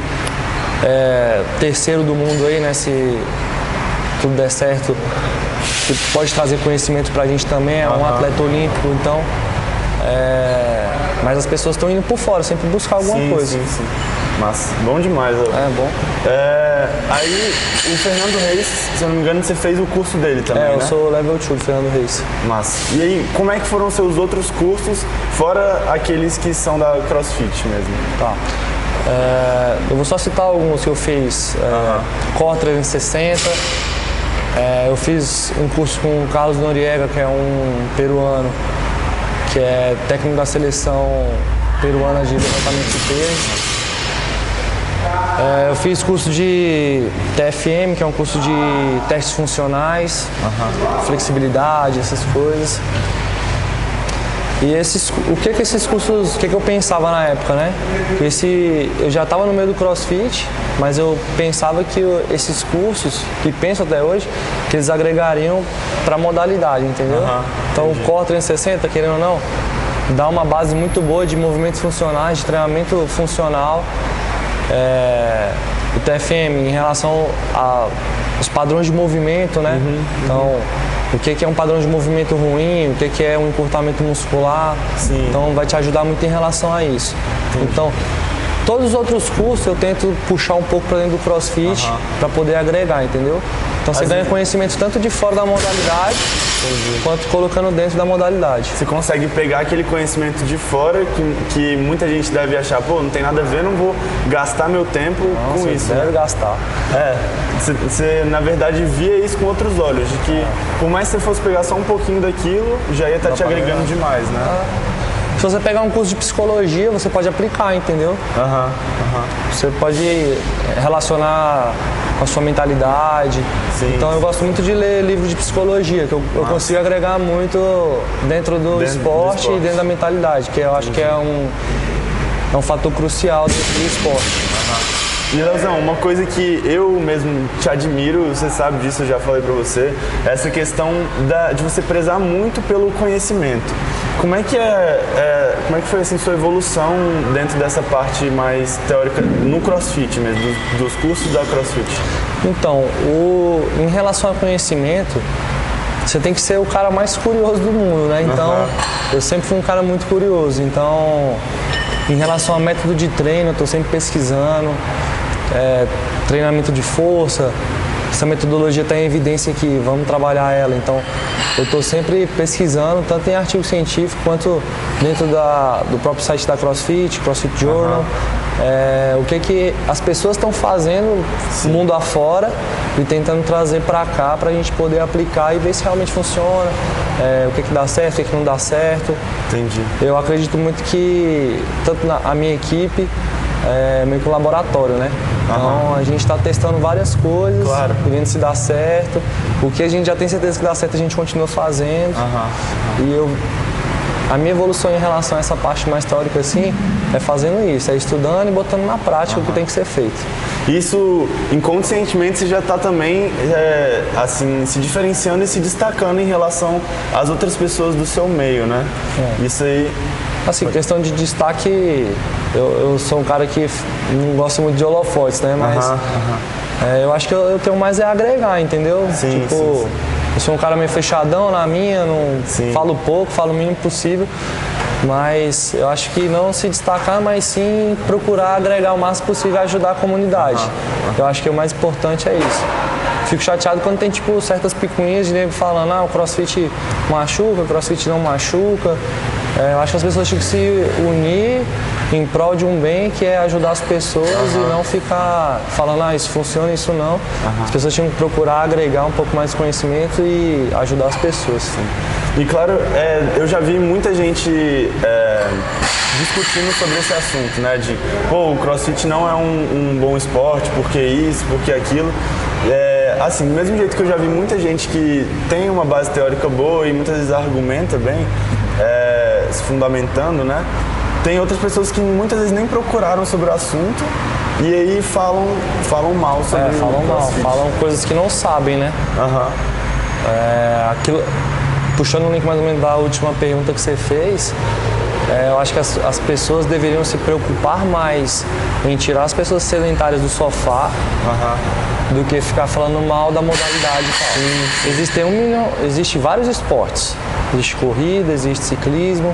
é terceiro do mundo aí, né? Se tudo der certo, que pode trazer conhecimento pra gente também, é um uhum. atleta olímpico, então... É... Mas as pessoas estão indo por fora, sempre buscar alguma sim, coisa. Sim, sim. Mas bom demais. Ó. É, bom. É... Aí, o Fernando Reis, se eu não me engano, você fez o curso dele também, É, eu né? sou level dois do Fernando Reis. Mas e aí, como é que foram os seus outros cursos, fora aqueles que são da CrossFit mesmo? Tá. É... Eu vou só citar alguns que eu fiz. É... Uhum. Core trezentos e sessenta. É, eu fiz um curso com o Carlos Noriega, que é um peruano, que é técnico da seleção peruana de levantamento de peso. É, eu fiz curso de T F M, que é um curso de testes funcionais, uhum. flexibilidade, essas coisas. E esses, o que que esses cursos, o que que eu pensava na época, né? Esse, eu já estava no meio do CrossFit, mas eu pensava que esses cursos, que penso até hoje, que eles agregariam para a modalidade, entendeu? Uhum, então o Core trezentos e sessenta, querendo ou não, dá uma base muito boa de movimentos funcionais, de treinamento funcional. É, o T F M em relação aos padrões de movimento, né? Uhum, então, uhum. o que, que é um padrão de movimento ruim, o que, que é um encurtamento muscular. Sim. Então vai te ajudar muito em relação a isso. Entendi. Então, todos os outros cursos eu tento puxar um pouco para dentro do CrossFit uhum. para poder agregar, entendeu? Então você As ganha conhecimento tanto de fora da modalidade Entendi. quanto colocando dentro da modalidade. Você consegue pegar aquele conhecimento de fora que, que muita gente deve achar, pô, não tem nada a ver, não vou gastar meu tempo não, com você isso. Deve né? gastar. É, você, você na verdade via isso com outros olhos, de que por mais que você fosse pegar só um pouquinho daquilo, já ia estar tá te agregando ganhar. demais, né? Ah. Se você pegar um curso de psicologia, você pode aplicar, entendeu? Uhum, uhum. Você pode relacionar com a sua mentalidade. Sim, então eu gosto muito de ler livro de psicologia, que eu, eu consigo agregar muito dentro do, dentro esporte, do esporte e dentro da mentalidade, que eu acho que é um, é um fator crucial dentro do esporte. Uhum. E Leozão, uma coisa que eu mesmo te admiro, você sabe disso, eu já falei pra você, é essa questão da, de você prezar muito pelo conhecimento. Como é que, é, é, como é que foi assim, sua evolução dentro dessa parte mais teórica no CrossFit mesmo, dos, dos cursos da CrossFit? Então, o, em relação ao conhecimento, você tem que ser o cara mais curioso do mundo, né? Então, uhum. eu sempre fui um cara muito curioso. Então, em relação ao método de treino, eu estou sempre pesquisando. É, treinamento de força, essa metodologia está em evidência aqui, vamos trabalhar ela. Então, eu estou sempre pesquisando, tanto em artigo científico quanto dentro da, do próprio site da CrossFit, CrossFit Journal. Uhum. É, o que, que as pessoas estão fazendo Sim. mundo afora e tentando trazer para cá para a gente poder aplicar e ver se realmente funciona, é, o que, que dá certo, o que, que não dá certo. Entendi. Eu acredito muito que tanto na, a minha equipe é meio que um laboratório, né? Então uhum. a gente está testando várias coisas, claro. vendo se dá certo. O que a gente já tem certeza que dá certo, a gente continua fazendo. Uhum. Uhum. E eu, a minha evolução em relação a essa parte mais teórica assim, é fazendo isso, é estudando e botando na prática uhum. o que tem que ser feito. Isso, inconscientemente, você já está também é, assim, se diferenciando e se destacando em relação às outras pessoas do seu meio, né? É. Isso aí... Assim, questão de destaque, eu, eu sou um cara que não gosta muito de holofotes, né? Mas uhum, uhum. É, eu acho que eu, eu tenho mais é agregar, entendeu? Sim, tipo, sim, sim. eu sou um cara meio fechadão na minha, não sim. falo pouco, falo o mínimo possível. Mas eu acho que não se destacar, mas sim procurar agregar o máximo possível e ajudar a comunidade. Uhum, uhum. Eu acho que o mais importante é isso. Fico chateado quando tem tipo certas picuinhas de nego falando, ah, o CrossFit machuca, o CrossFit não machuca. É, eu acho que as pessoas tinham que se unir em prol de um bem que é ajudar as pessoas uhum. e não ficar falando, ah, isso funciona, isso não. Uhum. As pessoas tinham que procurar agregar um pouco mais de conhecimento e ajudar as pessoas. Sim. E claro, é, eu já vi muita gente é, discutindo sobre esse assunto, né? De, pô, o CrossFit não é um, um bom esporte, porque isso, porque aquilo. É, assim, do mesmo jeito que eu já vi muita gente que tem uma base teórica boa e muitas vezes argumenta bem, é, se fundamentando, né? Tem outras pessoas que muitas vezes nem procuraram sobre o assunto e aí falam, falam mal sobre é, falam o mal, falam coisas que não sabem, né? Uhum. É, aquilo, puxando o link mais ou menos da última pergunta que você fez, é, eu acho que as, as pessoas deveriam se preocupar mais em tirar as pessoas sedentárias do sofá uhum. do que ficar falando mal da modalidade e tal. Sim, sim. Existe, um milhão, existe vários esportes. Existe corrida, existe ciclismo,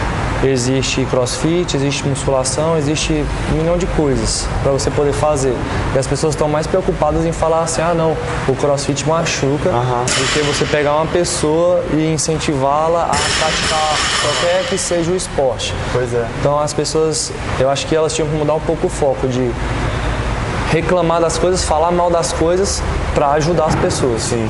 existe crossfit, existe musculação, existe um milhão de coisas para você poder fazer. E as pessoas estão mais preocupadas em falar assim, ah não, o crossfit machuca, uhum. do que você pegar uma pessoa e incentivá-la a praticar qualquer que seja o esporte. Pois é. Então as pessoas, eu acho que elas tinham que mudar um pouco o foco de reclamar das coisas, falar mal das coisas para ajudar as pessoas. Sim.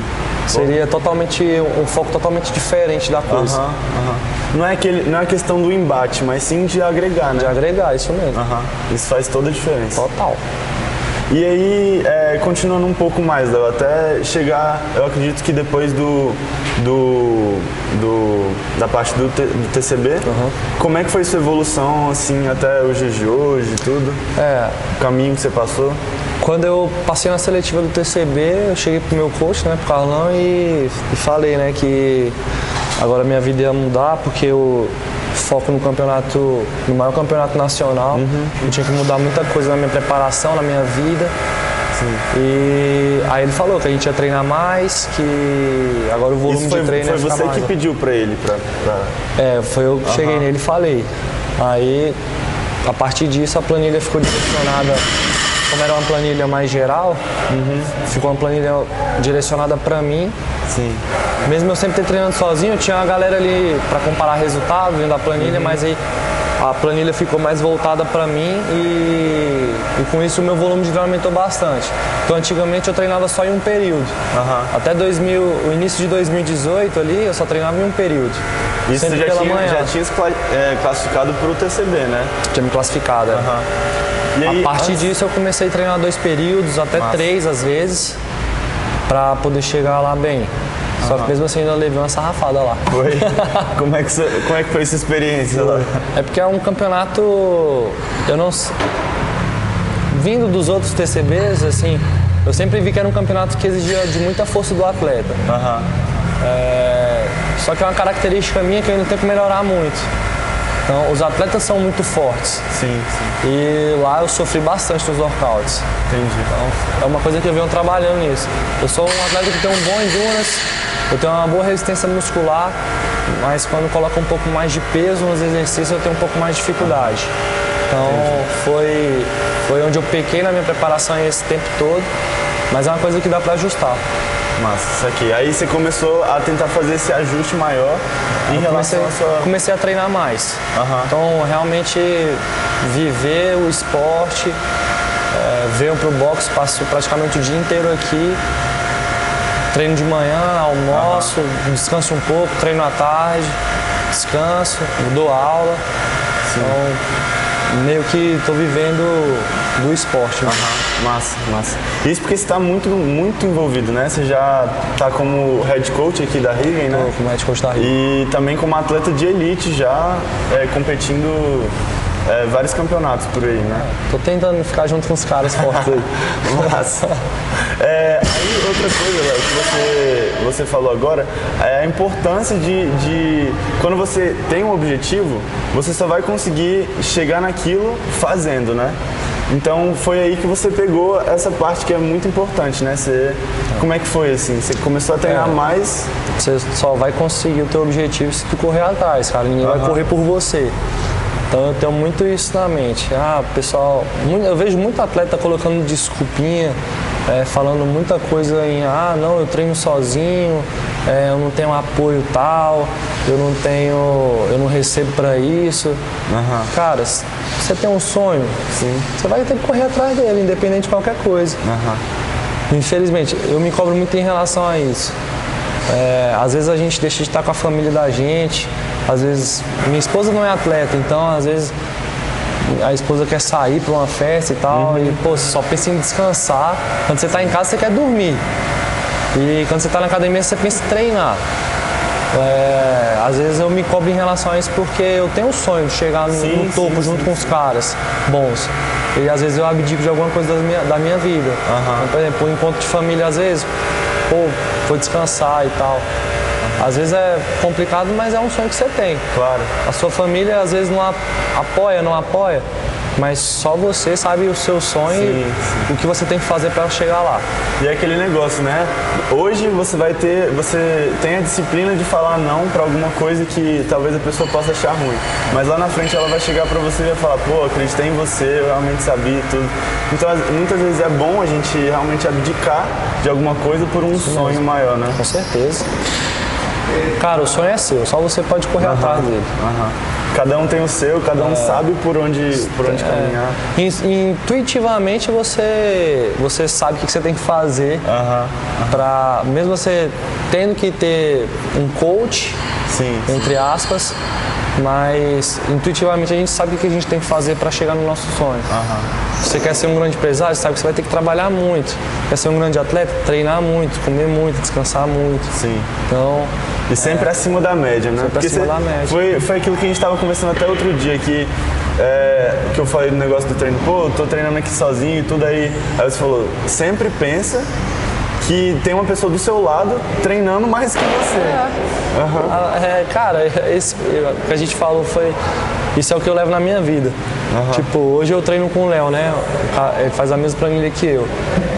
Seria totalmente, um foco totalmente diferente da coisa. Aham, aham. Não é aquele, não é a questão do embate, mas sim de agregar, né? De agregar, isso mesmo. Aham. Isso faz toda a diferença. Total. E aí, é, continuando um pouco mais, Léo, até chegar, eu acredito que depois do, do, do da parte do, T, do T C B, Uhum. como é que foi sua evolução, assim, até os dias de hoje e tudo? É, O caminho que você passou? quando eu passei na seletiva do T C B, eu cheguei pro meu coach, né, pro Carlão, e, e falei, né, que agora minha vida ia mudar, porque eu foco no campeonato, no maior campeonato nacional. Uhum. Eu tinha que mudar muita coisa na minha preparação, na minha vida. Sim. E aí ele falou que a gente ia treinar mais, que agora o volume Isso foi, de treino foi ia ficar você mais. que pediu pra ele? Pra, pra... É, foi eu que Uhum. cheguei nele e falei. Aí, a partir disso, a planilha ficou direcionada, como era uma planilha mais geral, uhum. ficou uma planilha direcionada pra mim. Sim. Mesmo eu sempre ter treinando sozinho, eu tinha uma galera ali para comparar resultado dentro da planilha, uhum. mas aí a planilha ficou mais voltada para mim e, e com isso o meu volume de treino aumentou bastante. Então antigamente eu treinava só em um período. Uhum. Até dois mil, o início de dois mil e dezoito ali eu só treinava em um período. Isso sempre já pela tinha, manhã. já tinha é, classificado para o T C B, né? Tinha me classificado. Uhum. E aí, a partir antes... disso eu comecei a treinar dois períodos, até Massa. três às vezes, para poder chegar lá bem. Só que mesmo assim ainda levei uma sarrafada lá. Foi? Como é que, você, como é que foi essa experiência lá? É porque é um campeonato, eu não... Vindo dos outros T C Bs, assim, eu sempre vi que era um campeonato que exigia de muita força do atleta. Uhum. É... Só que é uma característica minha que eu ainda tenho que melhorar muito. Então, os atletas são muito fortes. Sim, sim. E lá eu sofri bastante nos workouts. Entendi. Então, é uma coisa que eu venho trabalhando nisso. Eu sou um atleta que tem um bom endurance, eu tenho uma boa resistência muscular, mas quando coloco um pouco mais de peso nos exercícios eu tenho um pouco mais de dificuldade. Então foi, foi onde eu pequei na minha preparação esse tempo todo, mas é uma coisa que dá para ajustar. Massa, isso aqui. Aí você começou a tentar fazer esse ajuste maior em eu relação comecei, à sua... comecei a treinar mais. Uhum. Então realmente viver o esporte, é, venho pro boxe, passo praticamente o dia inteiro aqui. Treino de manhã, almoço, uhum. descanso um pouco, treino à tarde, descanso, dou aula. Sim. Então, meio que estou vivendo do esporte. Né? Uhum. Massa, massa. Isso porque você está muito, muito envolvido, né? Você já está como head coach aqui da Riven, né? Tô como head coach da Riven. E também como atleta de elite já é, competindo é, vários campeonatos por aí, né? Tô tentando ficar junto com os caras fortes aí. Massa. É, aí outra coisa, Léo, que você, você falou agora, é a importância de, de, quando você tem um objetivo, você só vai conseguir chegar naquilo fazendo, né? Então foi aí que você pegou essa parte que é muito importante, né? Você, como é que foi assim? Você começou a treinar é, mais? Você só vai conseguir o teu objetivo se tu correr atrás, cara. Ninguém uhum. vai correr por você. Então eu tenho muito isso na mente. Ah, pessoal, eu vejo muito atleta colocando desculpinha, é, falando muita coisa em ah, não, eu treino sozinho, é, eu não tenho apoio tal, eu não tenho, eu não recebo pra isso. Uhum. Cara, você tem um sonho, sim, você vai ter que correr atrás dele, independente de qualquer coisa. Uhum. Infelizmente, eu me cobro muito em relação a isso. É, às vezes a gente deixa de estar com a família da gente, às vezes minha esposa não é atleta, então às vezes a esposa quer sair para uma festa e tal, uhum. e pô, você só pensa em descansar. Quando você está em casa você quer dormir, e quando você está na academia você pensa em treinar. É, às vezes eu me cobro em relação a isso porque eu tenho um sonho de chegar no, sim, no topo sim, junto sim, com os caras bons. E às vezes eu abdico de alguma coisa da minha, da minha vida. Uhum. Então, por exemplo, o encontro de família às vezes, pô, foi descansar e tal. Às vezes é complicado, mas é um sonho que você tem. Claro. A sua família às vezes não apoia, não apoia, mas só você sabe o seu sonho sim, e sim. o que você tem que fazer para chegar lá. E é aquele negócio, né? Hoje você vai ter, você tem a disciplina de falar não para alguma coisa que talvez a pessoa possa achar ruim. Mas lá na frente ela vai chegar para você e vai falar, pô, acreditei em você, eu realmente sabia tudo. Então muitas vezes é bom a gente realmente abdicar de alguma coisa por um sim, sonho mesmo. Maior, né? Com certeza. Cara, o sonho é seu, só você pode correr uhum, atrás dele. Uhum. cada um tem o seu, cada um é. sabe por onde, por onde é. caminhar. Intuitivamente você, você sabe o que você tem que fazer, uh-huh. Uh-huh. Pra, mesmo você tendo que ter um coach, sim, entre sim. aspas, mas intuitivamente a gente sabe o que a gente tem que fazer para chegar no nosso sonho. Uh-huh. Você quer ser um grande empresário, sabe que você vai ter que trabalhar muito. Quer ser um grande atleta, treinar muito, comer muito, descansar muito. Sim. Então, e sempre é, acima da média, né? Sempre Porque acima você, da média. Foi, foi aquilo que a gente estava conversando até outro dia, que, é, que eu falei do negócio do treino. Pô, eu tô treinando aqui sozinho e tudo aí. Aí você falou, sempre pensa que tem uma pessoa do seu lado treinando mais que você. É. Uhum. É, cara, esse, o que a gente falou foi... Isso é o que eu levo na minha vida. Uhum. Tipo, hoje eu treino com o Léo, né? Ele faz a mesma planilha que eu.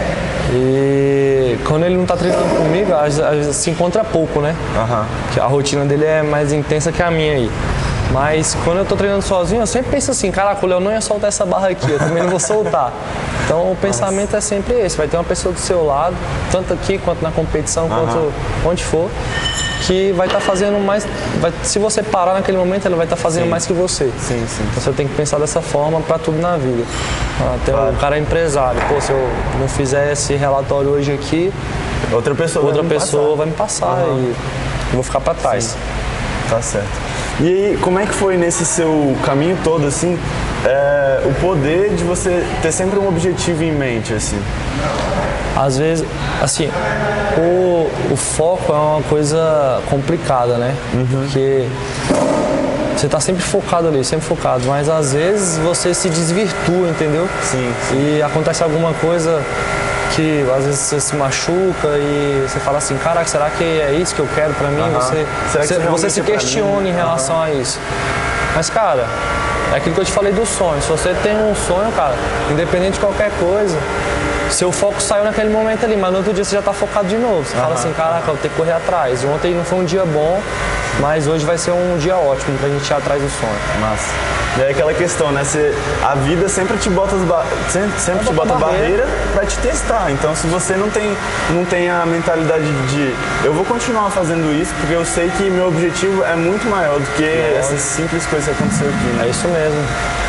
E quando ele não tá treinando comigo, a gente se encontra pouco, né? Uhum. A rotina dele é mais intensa que a minha aí. Mas quando eu tô treinando sozinho, eu sempre penso assim, caraca, o Léo não ia soltar essa barra aqui, eu também não vou soltar. Então o pensamento é sempre esse, vai ter uma pessoa do seu lado, tanto aqui quanto na competição, uhum. quanto onde for, que vai estar tá fazendo mais, vai, se você parar naquele momento, ele vai estar tá fazendo sim. mais que você. Sim, sim. Então você tem que pensar dessa forma para tudo na vida. Até claro. O cara é empresário, pô, se eu não fizer esse relatório hoje aqui, outra pessoa, outra vai, pessoa me vai me passar uhum. e eu vou ficar para trás. Sim. Tá certo. E aí, como é que foi nesse seu caminho todo, assim, é, o poder de você ter sempre um objetivo em mente, assim? Às vezes, assim, o, o foco é uma coisa complicada, né? Uhum. Porque você tá sempre focado ali, sempre focado, mas às vezes você se desvirtua, entendeu? Sim, sim. E acontece alguma coisa que às vezes você se machuca e você fala assim, caraca, será que é isso que eu quero pra mim? Uhum. Você, você, você se questiona em relação uhum. a isso. Mas, cara, é aquilo que eu te falei do sonho. Se você tem um sonho, cara, independente de qualquer coisa, seu foco saiu naquele momento ali, mas no outro dia você já tá focado de novo. Você uhum. fala assim, caraca, eu vou ter que correr atrás. Ontem não foi um dia bom, mas hoje vai ser um dia ótimo pra gente ir atrás do sonho. Massa. E é aquela questão, né? Você, a vida sempre te bota, as ba... sempre, sempre te bota barreira para te testar. Então, se você não tem, não tem a mentalidade de eu vou continuar fazendo isso porque eu sei que meu objetivo é muito maior do que é. essas simples coisas que aconteceram aqui. Né? É isso mesmo.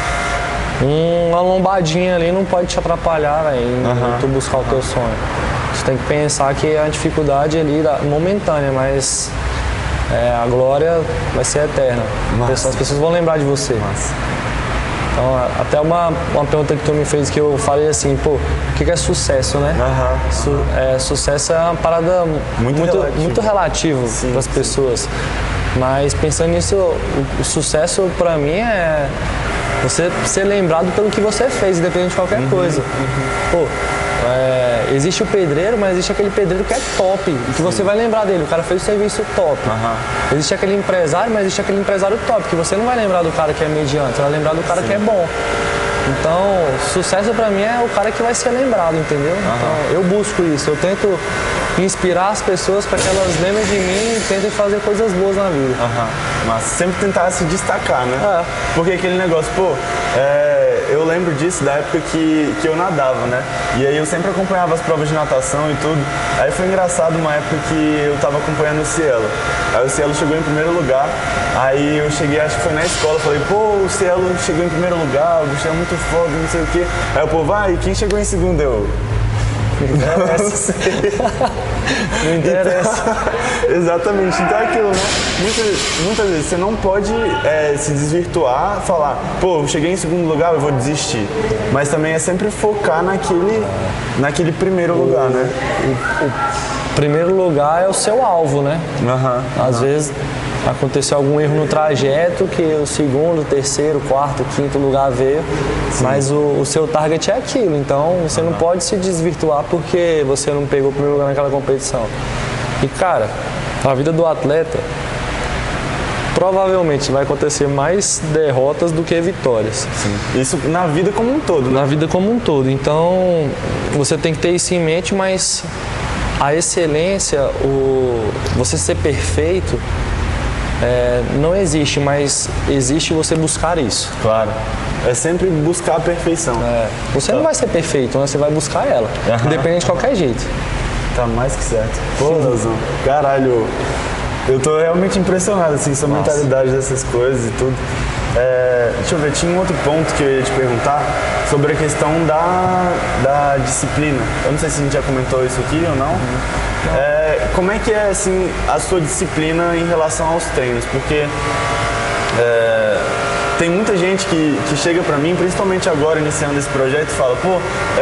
Uma lombadinha ali não pode te atrapalhar, véio, em uhum. tu buscar o teu sonho. Você tem que pensar que a dificuldade ali é momentânea, mas é, a glória vai ser eterna. Massa. As pessoas vão lembrar de você. Massa. Então, até uma, uma pergunta que tu me fez que eu falei assim, pô, o que, que é sucesso, né? Uhum. Su, é, sucesso é uma parada muito, muito relativo, muito relativo para as pessoas. Mas pensando nisso, o, o sucesso para mim é você ser lembrado pelo que você fez, independente de qualquer uhum, coisa. Uhum. Pô, é, existe o pedreiro, mas existe aquele pedreiro que é top, que Sim. você vai lembrar dele, o cara fez o serviço top. Uhum. Existe aquele empresário, mas existe aquele empresário top, que você não vai lembrar do cara que é mediano, você vai lembrar do cara Sim. que é bom. Então, sucesso pra mim é o cara que vai ser lembrado, entendeu? Uhum. Então, eu busco isso, eu tento inspirar as pessoas para que elas lembrem de mim e tentem fazer coisas boas na vida. Uhum. Mas sempre tentar se destacar, né? É. Porque aquele negócio, pô, é, eu lembro disso da época que, que eu nadava, né? E aí eu sempre acompanhava as provas de natação e tudo. Aí foi engraçado uma época que eu tava acompanhando o Cielo. Aí o Cielo chegou em primeiro lugar, aí eu cheguei, acho que foi na escola, falei, pô, o Cielo chegou em primeiro lugar, o bicho é muito foda, não sei o quê. Aí o povo, vai, quem chegou em segundo? Eu... Não sei. Não interessa. Então, exatamente. Então é aquilo, né? Muitas, muitas vezes você não pode é, se desvirtuar, falar, pô, eu cheguei em segundo lugar, eu vou desistir. Mas também é sempre focar naquele, naquele primeiro o, lugar, né? O, o primeiro lugar é o seu alvo, né? Uhum, Às uhum. vezes aconteceu algum erro no trajeto que o segundo, terceiro, quarto, quinto lugar veio, Sim. mas o, o seu target é aquilo, então você uhum. não pode se desvirtuar porque você não pegou o primeiro lugar naquela competição. E cara, a vida do atleta provavelmente vai acontecer mais derrotas do que vitórias. Sim. Isso na vida como um todo, né? Na vida como um todo, então você tem que ter isso em mente, mas a excelência, o, você ser perfeito, É, não existe, mas existe você buscar isso. Claro. É sempre buscar a perfeição. É, você tá. não vai ser perfeito, mas você vai buscar ela. Uhum. Independente de qualquer jeito. Tá mais que certo. Pô, Leozão. Caralho. Eu tô realmente impressionado, assim, com a mentalidade dessas coisas e tudo. É, deixa eu ver, tinha um outro ponto que eu ia te perguntar sobre a questão da, da disciplina. Eu não sei se a gente já comentou isso aqui ou não. Uhum. É, como é que é, assim, a sua disciplina em relação aos treinos? Porque é, tem muita gente que, que chega pra mim, principalmente agora iniciando esse projeto, e fala, pô,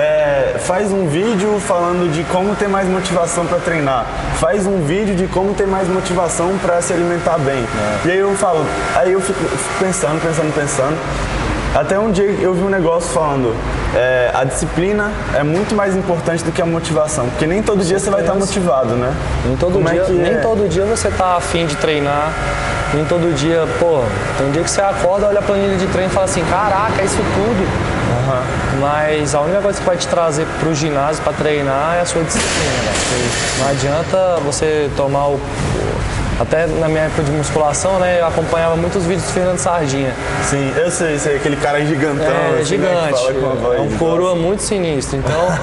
é, faz um vídeo falando de como ter mais motivação para treinar, faz um vídeo de como ter mais motivação para se alimentar bem. É. E aí eu falo, aí eu fico, fico pensando, pensando, pensando, até um dia eu vi um negócio falando, é, a disciplina é muito mais importante do que a motivação, porque nem todo dia você vai estar motivado, né? Nem todo, dia, é nem é? todo dia você tá afim de treinar, nem todo dia, pô, tem dia que você acorda, olha a planilha de treino e fala assim, caraca, é isso tudo. Uhum. Mas a única coisa que vai te trazer pro ginásio para treinar é a sua disciplina, né? Não adianta você tomar o... Até na minha época de musculação, né, eu acompanhava muitos vídeos do Fernando Sardinha. Sim, eu sei, sei, aquele cara gigantão. É, assim, gigante, né, que fala com a voz, é um coroa muito sinistro, então...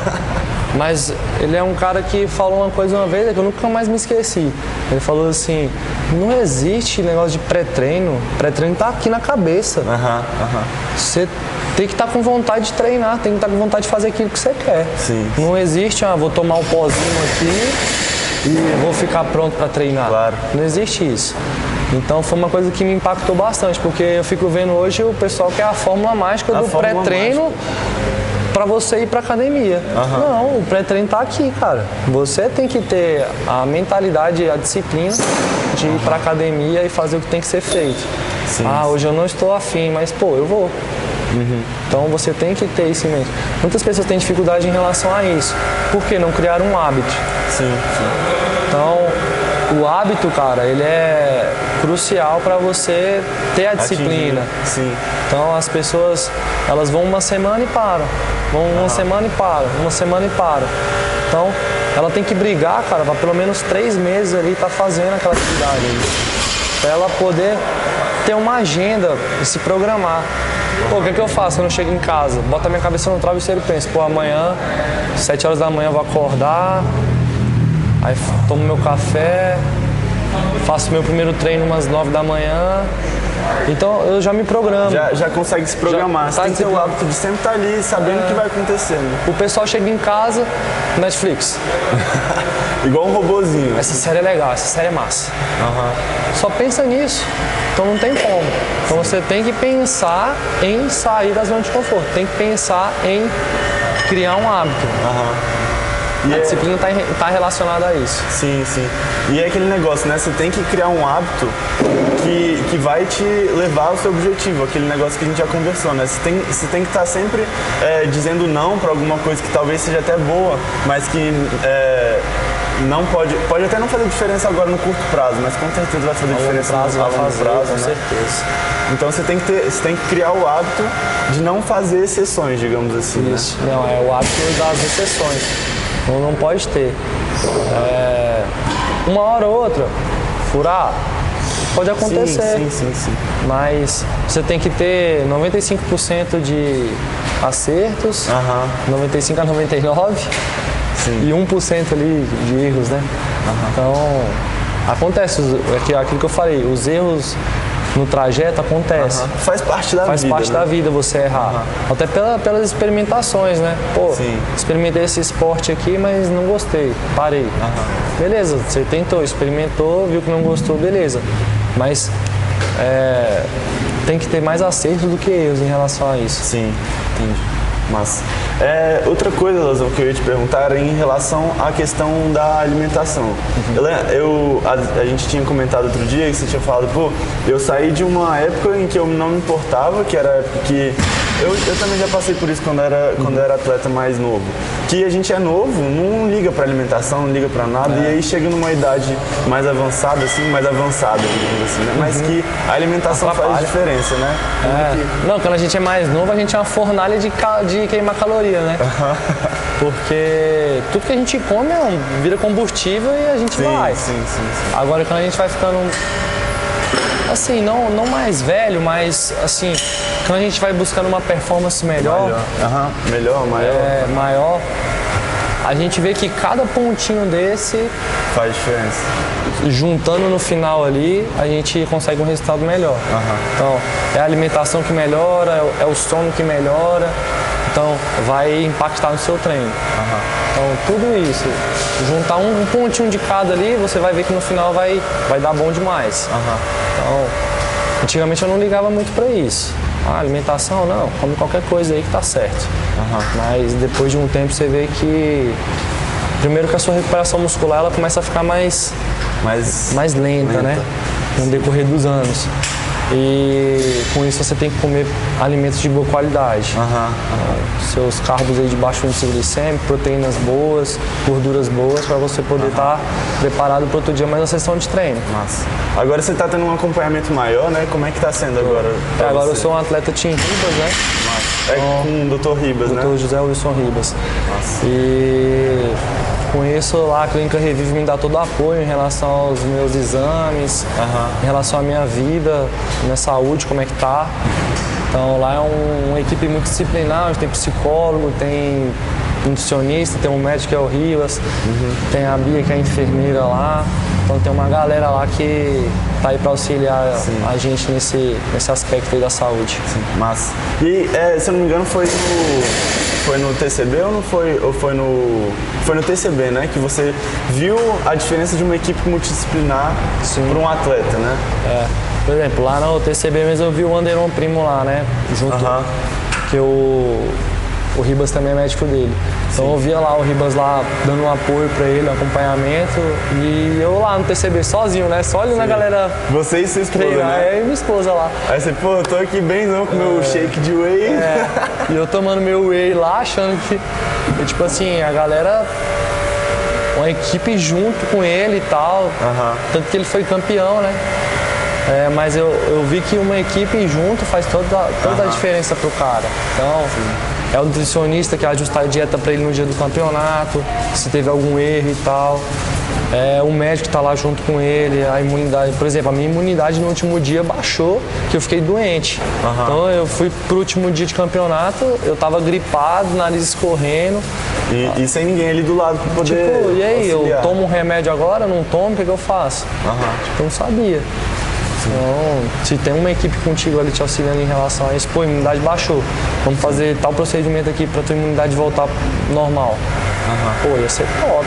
Mas ele é um cara que falou uma coisa uma vez que eu nunca mais me esqueci. Ele falou assim, não existe negócio de pré-treino, pré-treino tá aqui na cabeça. Uhum, uhum. Você tem que estar tá com vontade de treinar, tem que estar tá com vontade de fazer aquilo que você quer. Sim. Não existe, ah, vou tomar um pozinho aqui e vou ficar pronto para treinar. Claro. Não existe isso. Então foi uma coisa que me impactou bastante, porque eu fico vendo hoje o pessoal que é a fórmula mágica a do pré-treino para você ir para academia. Uhum. Não, o pré-treino tá aqui, cara. Você tem que ter a mentalidade, a disciplina de ir para academia e fazer o que tem que ser feito. Sim, ah, hoje eu não estou afim, mas pô, eu vou. Uhum. Então você tem que ter isso em mente. Muitas pessoas têm dificuldade em relação a isso. Por que não criar um hábito? Sim, sim. Então, o hábito, cara, ele é crucial para você ter a disciplina. Sim. Então, as pessoas, elas vão uma semana e param. Vão uma uhum. semana e param, uma semana e param. Então, ela tem que brigar, cara, para pelo menos três meses ali estar tá fazendo aquela atividade ali. Para ela poder ter uma agenda e se programar. Pô, o que é que eu faço quando eu chego em casa? Boto a minha cabeça no travesseiro e penso, pô, amanhã, sete horas da manhã eu vou acordar, aí tomo meu café, faço meu primeiro treino umas nove da manhã. Então eu já me programo. Já, já consegue se programar. Já, você tá tem que ter o hábito de sempre estar ali, sabendo o é... que vai acontecendo. O pessoal chega em casa, Netflix. Igual um robozinho. Essa série é legal, essa série é massa. Uhum. Só pensa nisso. Então não tem como. Então você tem que pensar em sair da zona de conforto. Tem que pensar em criar um hábito. Uhum. E a é... disciplina está tá relacionada a isso. Sim, sim. E é aquele negócio, né? Você tem que criar um hábito que, que vai te levar ao seu objetivo. Aquele negócio que a gente já conversou, né? Você tem, você tem que estar tá sempre é, dizendo não para alguma coisa que talvez seja até boa, mas que é, não pode... Pode até não fazer diferença agora no curto prazo, mas com certeza vai fazer a diferença prazo, no longo fazer, prazo, com né? certeza. Então você tem, que ter, você tem que criar o hábito de não fazer exceções, digamos assim. Isso. Né? Não, é o hábito das exceções. Não, não pode ter. É, uma hora ou outra, furar, pode acontecer. Sim, sim, sim, sim. Mas você tem que ter noventa e cinco por cento de acertos, uhum. noventa e cinco a noventa e nove sim. e um por cento ali de erros, né? Uhum. Então, acontece, aquilo que eu falei, os erros no trajeto acontece. Uhum. Faz parte da Faz vida. Faz parte né? da vida você errar. Uhum. Até pela, pelas experimentações, né? Pô, sim. experimentei esse esporte aqui, mas não gostei. Parei. Uhum. Beleza, você tentou, experimentou, viu que não gostou, beleza. Mas é, tem que ter mais acertos do que erros em relação a isso. Sim, entendi. Mas é, outra coisa, Lazão, que eu ia te perguntar era em relação à questão da alimentação. Uhum. Eu, eu a, a gente tinha comentado outro dia que você tinha falado, pô, eu saí de uma época em que eu não me importava, que era a época que eu, eu também já passei por isso quando era quando eu era atleta mais novo. Que a gente é novo, não liga pra alimentação, não liga pra nada, é. E aí chega numa idade mais avançada, assim, mais avançada, digamos assim, né? Mas uhum. que a alimentação Atrapalha. faz diferença, né? É. Que... Não, quando a gente é mais novo, a gente é uma fornalha de, de queimar caloria, né? Porque tudo que a gente come é um, vira combustível e a gente sim, vai. Sim, sim, sim. Agora, quando a gente vai ficando, assim, não, não mais velho, mas, assim, quando a gente vai buscando uma performance melhor... Melhor, uhum. melhor maior. É, maior. a gente vê que cada pontinho desse faz diferença. Juntando no final ali, a gente consegue um resultado melhor. Uhum. Então, é a alimentação que melhora, é o sono que melhora, então vai impactar no seu treino. Uhum. Então, tudo isso, juntar um, um pontinho de cada ali, você vai ver que no final vai, vai dar bom demais. Uhum. Então, antigamente eu não ligava muito para isso. Ah, alimentação, não, come qualquer coisa aí que tá certo. Uhum. Mas depois de um tempo você vê que, primeiro que a sua recuperação muscular ela começa a ficar mais, mais, mais lenta, lenta, né? No decorrer dos anos. E com isso você tem que comer alimentos de boa qualidade. Uhum. Seus carbos aí de baixo índice glicêmico, proteínas boas, gorduras boas, para você poder estar uhum. tá preparado para outro dia mais uma sessão de treino. Massa. Agora você está tendo um acompanhamento maior, né? Como é que está sendo agora? É, agora você? Eu sou um atleta Team Ribas, né? Massa. É então, com o doutor Ribas, doutor né? doutor José Wilson Ribas. Massa. E com isso lá a Clínica Revive me dá todo o apoio em relação aos meus exames, uhum. em relação à minha vida, minha saúde, como é que tá. Então lá é um, uma equipe multidisciplinar, onde tem psicólogo, tem nutricionista, tem um médico que é o Rivas, uhum. tem a Bia que é a enfermeira lá. Então tem uma galera lá que tá aí para auxiliar Sim. a gente nesse, nesse aspecto aí da saúde. Sim. Massa. E é, se eu não me engano foi no, foi no T C B ou não foi, ou foi no foi no T C B, né? Que você viu a diferença de uma equipe multidisciplinar para um atleta, né? É. Por exemplo, lá no T C B mesmo eu vi o Anderon Primo lá, né? Junto, uh-huh. que o, o Ribas também é médico dele. Então Sim. eu via lá o Ribas lá dando um apoio pra ele, um acompanhamento. E eu lá no T C B sozinho, né? Só olhando a galera. Você e sua esposa, treinar, né? É, e minha esposa lá. Aí você, pô, eu tô aqui benzão com o meu é, shake de whey. É, e eu tomando meu whey lá, achando que, que tipo assim, a galera. Uma equipe junto com ele e tal. Uh-huh. Tanto que ele foi campeão, né? É, mas eu, eu vi que uma equipe junto faz toda, toda uhum. a diferença pro cara. Então, Sim. é o nutricionista que ajusta a dieta para ele no dia do campeonato, se teve algum erro e tal. É o médico que tá lá junto com ele, a imunidade. Por exemplo, a minha imunidade no último dia baixou, que eu fiquei doente. Uhum. Então eu fui pro último dia de campeonato, eu tava gripado, nariz escorrendo. E, e sem ninguém ali do lado pra poder Tipo, e aí, auxiliar. eu tomo um remédio agora, não tomo, o que, que eu faço? Uhum. Tipo, eu não sabia. Então, se tem uma equipe contigo ali te auxiliando em relação a isso, pô, a imunidade baixou, vamos fazer tal procedimento aqui pra tua imunidade voltar normal. Uhum. Pô, ia ser top.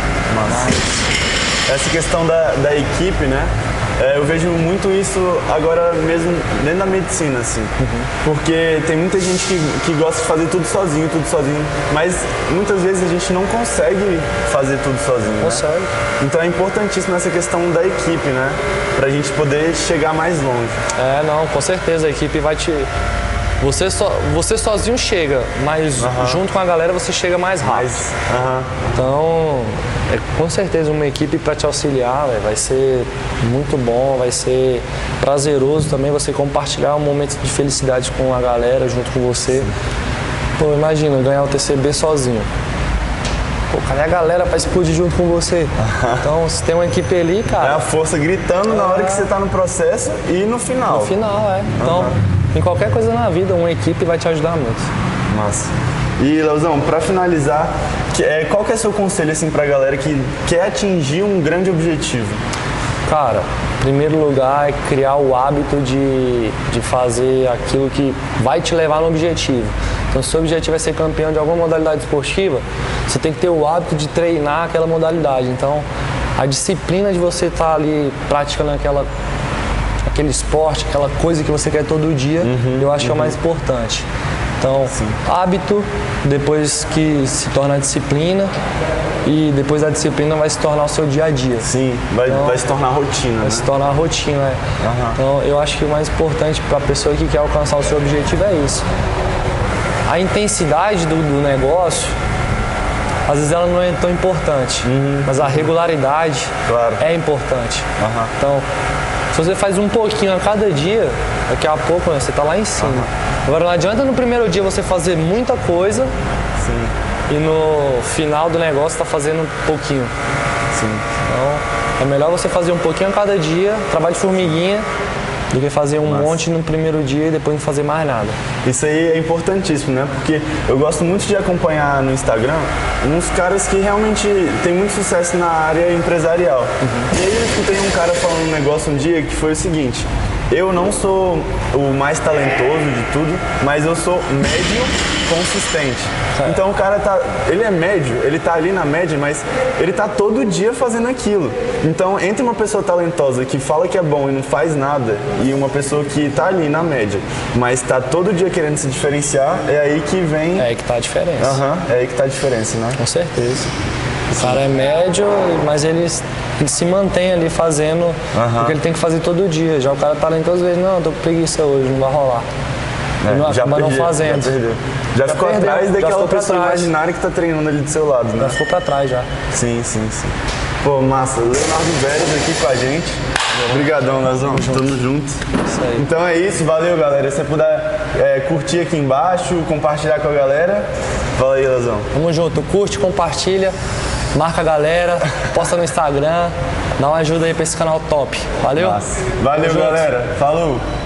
Mas essa questão da, da equipe, né? É, eu vejo muito isso agora mesmo dentro da medicina, assim. Uhum. Porque tem muita gente que, que gosta de fazer tudo sozinho, tudo sozinho. Mas muitas vezes a gente não consegue fazer tudo sozinho, Consegue. Né? Então é importantíssimo essa questão da equipe, né? Pra gente poder chegar mais longe. É, não, com certeza. A equipe vai te... Você, so... você sozinho chega, mas uhum. junto com a galera você chega mais rápido. Mais... Uhum. Então, é com certeza uma equipe para te auxiliar, véio, vai ser muito bom, vai ser prazeroso também você compartilhar um momento de felicidade com a galera junto com você. Sim. Pô, imagina, ganhar o T C B sozinho. Pô, cadê a galera para explodir junto com você? Então, se tem uma equipe ali, cara... É a força gritando é... na hora que você tá no processo e no final. No final, é. Então, uhum. em qualquer coisa na vida, uma equipe vai te ajudar muito. Massa. E, Leozão, para finalizar, que, é, qual que é o seu conselho assim, para a galera que quer atingir um grande objetivo? Cara, em primeiro lugar é criar o hábito de, de fazer aquilo que vai te levar no objetivo. Então, se o seu objetivo é ser campeão de alguma modalidade esportiva, você tem que ter o hábito de treinar aquela modalidade. Então, a disciplina de você estar tá ali praticando aquela, aquele esporte, aquela coisa que você quer todo dia, uhum, eu acho uhum. que é o mais importante. Então, Sim. hábito, depois que se torna disciplina e depois da disciplina vai se tornar o seu dia a dia. Sim, vai, então, vai se tornar rotina. Vai né? se tornar rotina, é. Uhum. Então, eu acho que o mais importante para a pessoa que quer alcançar o seu objetivo é isso. A intensidade do, do negócio, às vezes ela não é tão importante, uhum. mas a regularidade claro. é importante. Uhum. Então, se você faz um pouquinho a cada dia, daqui a pouco né, você está lá em cima. Uhum. Agora não adianta no primeiro dia você fazer muita coisa Sim. e no final do negócio tá fazendo pouquinho. Sim. Então é melhor você fazer um pouquinho a cada dia, trabalho de formiguinha do que fazer um Massa. monte no primeiro dia e depois não fazer mais nada. Isso aí é importantíssimo, né? Porque eu gosto muito de acompanhar no Instagram uns caras que realmente têm muito sucesso na área empresarial. Uhum. E aí eu escutei um cara falando um negócio um dia que foi o seguinte: eu não sou o mais talentoso de tudo, mas eu sou médio consistente. É. Então o cara tá, ele é médio, ele tá ali na média, mas ele tá todo dia fazendo aquilo. Então entre uma pessoa talentosa que fala que é bom e não faz nada e uma pessoa que tá ali na média, mas tá todo dia querendo se diferenciar, é aí que vem... É aí que tá a diferença. Aham, uhum, é aí que tá a diferença, né? Com certeza. O cara é médio, mas ele, ele se mantém ali fazendo uhum. o que ele tem que fazer todo dia. Já o cara talentoso, às vezes, não, tô com preguiça hoje, não vai rolar. É, não, já mas perdi, não fazendo. Já, perdeu. já, já ficou perdeu, atrás daquela pessoa imaginária que tá treinando ali do seu lado, né? Já ficou pra trás, já. Sim, sim, sim. Pô, massa. Leonardo Veras aqui com a gente. Obrigadão, Leozão. Tamo junto. Isso aí. Então é isso. Valeu, galera. Se você puder é, curtir aqui embaixo, compartilhar com a galera. Fala aí, Leozão. Tamo junto. Curte, compartilha, marca a galera, posta no Instagram. Dá uma ajuda aí pra esse canal top. Valeu? Massa. Valeu, galera. Falou.